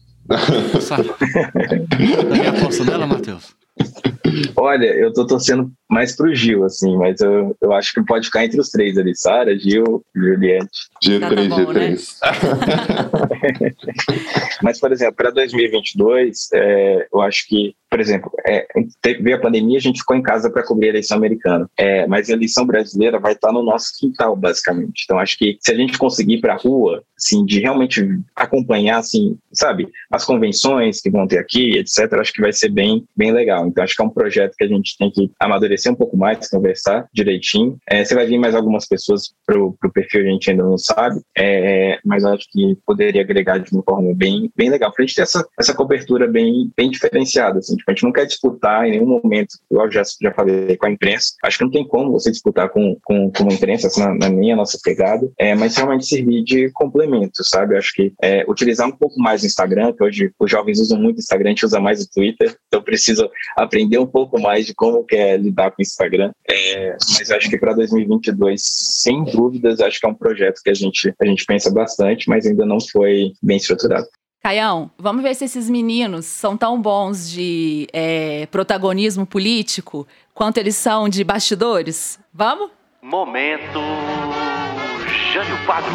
Daí a aposta dela, Matheus? Olha, eu tô torcendo mais pro Gil, assim, mas eu acho que pode ficar entre os 3 ali, Sara, Gil, Juliette. G3. Né? Mas, por exemplo, para 2022, eu acho que, por exemplo, veio a pandemia, a gente ficou em casa para cobrir a eleição americana, mas a eleição brasileira vai estar no nosso quintal, basicamente. Então, acho que se a gente conseguir ir para a rua, assim, de realmente acompanhar, assim, sabe, as convenções que vão ter aqui, etc., acho que vai ser bem, bem legal. Então, acho que é um projeto que a gente tem que amadurecer um pouco mais, conversar direitinho. Você vai vir mais algumas pessoas pro perfil, a gente ainda não sabe, mas acho que poderia agregar de uma forma bem, bem legal, para a gente ter essa cobertura bem, bem diferenciada, assim. Tipo, a gente não quer disputar em nenhum momento, igual eu já falei com a imprensa, acho que não tem como você disputar com a imprensa, assim, na nossa pegada, mas realmente servir de complemento, sabe? Eu acho que utilizar um pouco mais o Instagram, que hoje os jovens usam muito o Instagram, a gente usa mais o Twitter, então preciso aprender um pouco mais de como que é lidar com o Instagram, mas acho que para 2022, sem dúvidas, acho que é um projeto que a gente pensa bastante, mas ainda não foi bem estruturado. Caião, vamos ver se esses meninos são tão bons de protagonismo político quanto eles são de bastidores? Vamos? Momento Jânio Quadro.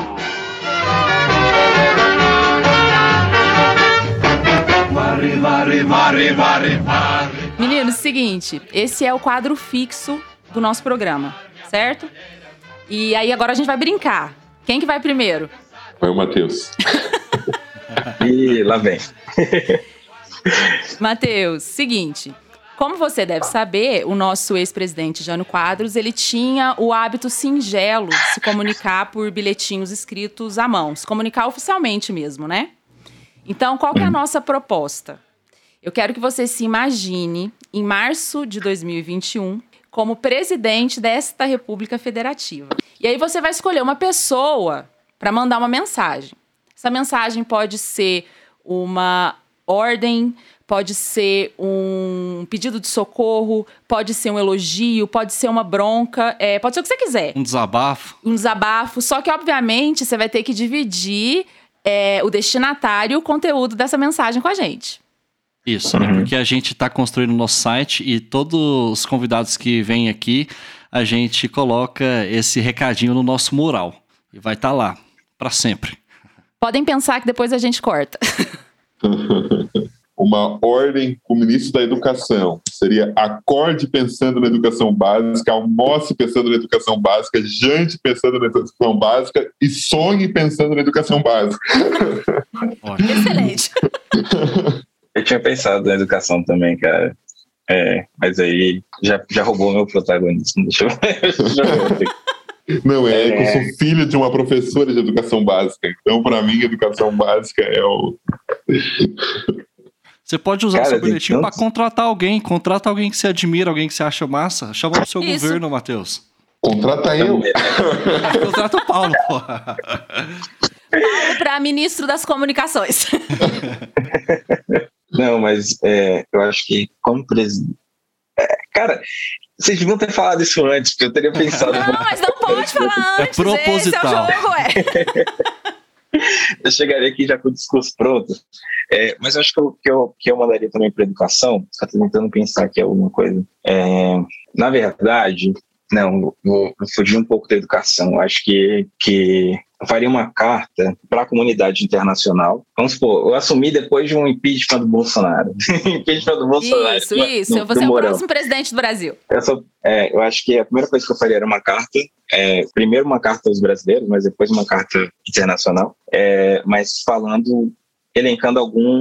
Varre, varre, varre, varre, varre. Meninos, seguinte, esse é o quadro fixo do nosso programa, certo? E aí agora a gente vai brincar. Quem que vai primeiro? Vai o Matheus. E lá vem. Matheus, seguinte, como você deve saber, o nosso ex-presidente Jânio Quadros, ele tinha o hábito singelo de se comunicar por bilhetinhos escritos à mão, se comunicar oficialmente mesmo, né? Então, qual que é a nossa proposta? Eu quero que você se imagine, em março de 2021, como presidente desta República Federativa. E aí você vai escolher uma pessoa para mandar uma mensagem. Essa mensagem pode ser uma ordem, pode ser um pedido de socorro, pode ser um elogio, pode ser uma bronca, pode ser o que você quiser. Um desabafo. Um desabafo, só que, obviamente, você vai ter que dividir o destinatário e o conteúdo dessa mensagem com a gente. Isso, né? Porque a gente está construindo o nosso site e todos os convidados que vêm aqui, a gente coloca esse recadinho no nosso mural. E vai estar lá, para sempre. Podem pensar que depois a gente corta. Uma ordem com o ministro da Educação seria: acorde pensando na educação básica, almoce pensando na educação básica, jante pensando na educação básica e sonhe pensando na educação básica. Excelente. Eu tinha pensado na educação também, cara. Mas aí já roubou meu protagonismo. Deixa eu ver. Não, que eu sou filho de uma professora de educação básica. Então, para mim, educação básica é o... Você pode usar seu bilhetinho para contratar alguém. Contrata alguém que você admira, alguém que você acha massa. Chama o seu governo, Matheus. Contrata eu. Contrata o Paulo, porra. Paulo para ministro das comunicações. Não, mas eu acho que como presidente... Cara, vocês deviam ter falado isso antes, porque eu teria pensado... Não, mas não pode falar antes. É proposital. Esse é o jogo, Eu chegaria aqui já com o discurso pronto. Mas eu acho que eu mandaria também para educação. Estou tentando pensar aqui alguma coisa. Na verdade, não, vou fugir um pouco da educação. Eu acho que eu faria uma carta para a comunidade internacional. Vamos supor, eu assumi depois de um impeachment do Bolsonaro. Impeachment do Bolsonaro. Isso. Você é o próximo presidente do Brasil. Eu acho que a primeira coisa que eu faria era uma carta. Primeiro uma carta aos brasileiros, mas depois uma carta internacional. Mas elencando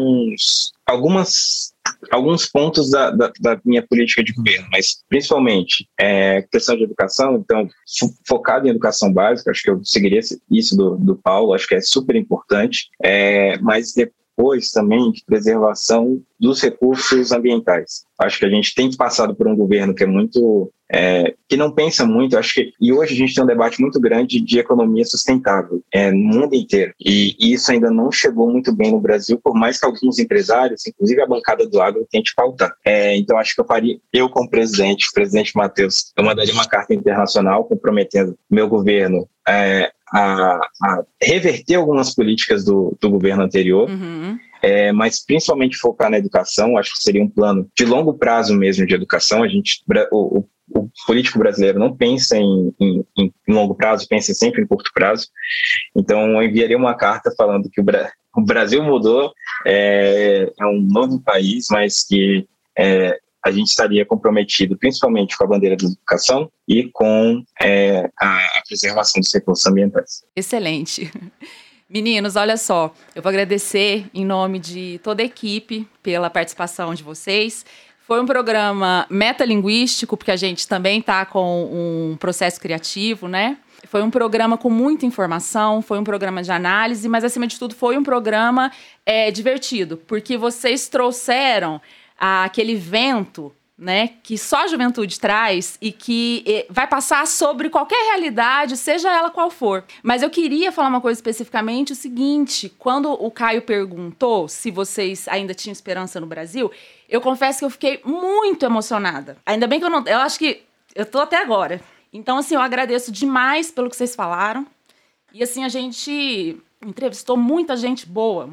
alguns pontos da minha política de governo, mas principalmente questão de educação. Então, focado em educação básica, acho que eu seguiria isso do Paulo, acho que é super importante, mas depois também de preservação dos recursos ambientais. Acho que a gente tem passado por um governo que é muito... que não pensa muito, acho que... E hoje a gente tem um debate muito grande de economia sustentável no mundo inteiro. E isso ainda não chegou muito bem no Brasil, por mais que alguns empresários, inclusive a bancada do agro, tente pautar. Então acho que eu como presidente, o presidente Matheus, eu mandaria uma carta internacional comprometendo meu governo a reverter algumas políticas do governo anterior. Uhum. Mas principalmente focar na educação. Acho que seria um plano de longo prazo mesmo de educação. O político brasileiro não pensa em longo prazo, pensa sempre em curto prazo. Então eu enviaria uma carta falando que o Brasil mudou, é um novo país, mas que a gente estaria comprometido principalmente com a bandeira da educação e com a preservação dos recursos ambientais. Excelente. Meninos, olha só, eu vou agradecer em nome de toda a equipe pela participação de vocês. Foi um programa metalinguístico, porque a gente também está com um processo criativo, né? Foi um programa com muita informação, foi um programa de análise, mas, acima de tudo, foi um programa divertido, porque vocês trouxeram aquele vento, né, que só a juventude traz e que vai passar sobre qualquer realidade, seja ela qual for. Mas eu queria falar uma coisa especificamente, o seguinte: quando o Caio perguntou se vocês ainda tinham esperança no Brasil, eu confesso que eu fiquei muito emocionada. Ainda bem que eu acho que eu tô até agora. Então, assim, eu agradeço demais pelo que vocês falaram. E, assim, a gente entrevistou muita gente boa,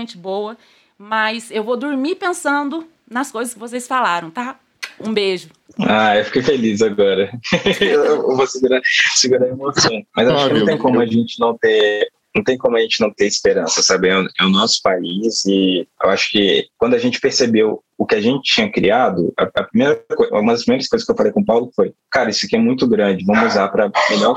mas eu vou dormir pensando nas coisas que vocês falaram, tá? Um beijo. Eu fiquei feliz agora. Eu vou segurar a emoção. Mas acho que não tem como a gente não ter esperança, sabe? É o nosso país e eu acho que quando a gente percebeu o que a gente tinha criado, uma das primeiras coisas que eu falei com o Paulo foi, cara, isso aqui é muito grande, vamos usar para melhor...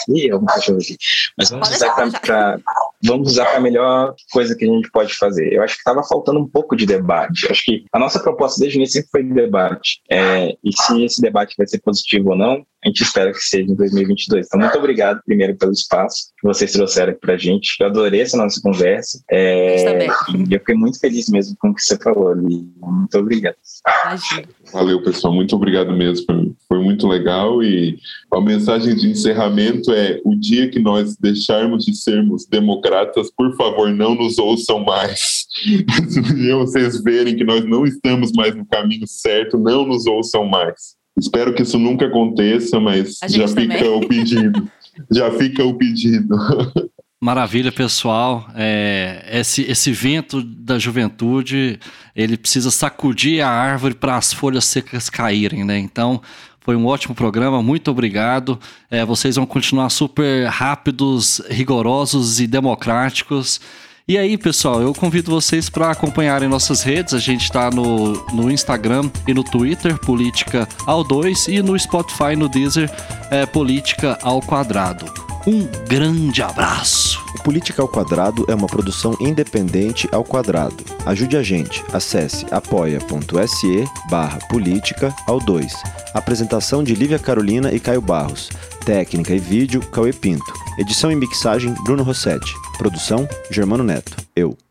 Mas vamos usar para a melhor coisa que a gente pode fazer. Eu acho que estava faltando um pouco de debate. Eu acho que a nossa proposta desde o início sempre foi debate. E se esse debate vai ser positivo ou não, a gente espera que seja em 2022. Então, muito obrigado, primeiro, pelo espaço que vocês trouxeram aqui pra gente. Eu adorei essa nossa conversa. E eu fiquei muito feliz mesmo com o que você falou, Ali. Muito obrigado. Valeu, pessoal. Muito obrigado mesmo. Foi muito legal. E a mensagem de encerramento é: o dia que nós deixarmos de sermos democratas, por favor, não nos ouçam mais. Se um dia vocês verem que nós não estamos mais no caminho certo, não nos ouçam mais. Espero que isso nunca aconteça, mas já fica o pedido. Já fica o pedido. Maravilha, pessoal. Esse vento da juventude, ele precisa sacudir a árvore para as folhas secas caírem, né? Então, foi um ótimo programa, muito obrigado. Vocês vão continuar super rápidos, rigorosos e democráticos. E aí, pessoal, eu convido vocês para acompanharem nossas redes. A gente está no Instagram e no Twitter, Política ao 2, e no Spotify e no Deezer, Política ao Quadrado. Um grande abraço! O Política ao Quadrado é uma produção independente ao quadrado. Ajude a gente. Acesse apoia.se/política ao 2. Apresentação de Lívia Carolina e Caio Barros. Técnica e vídeo, Cauê Pinto. Edição e mixagem, Bruno Rossetti. Produção, Germano Neto. Eu.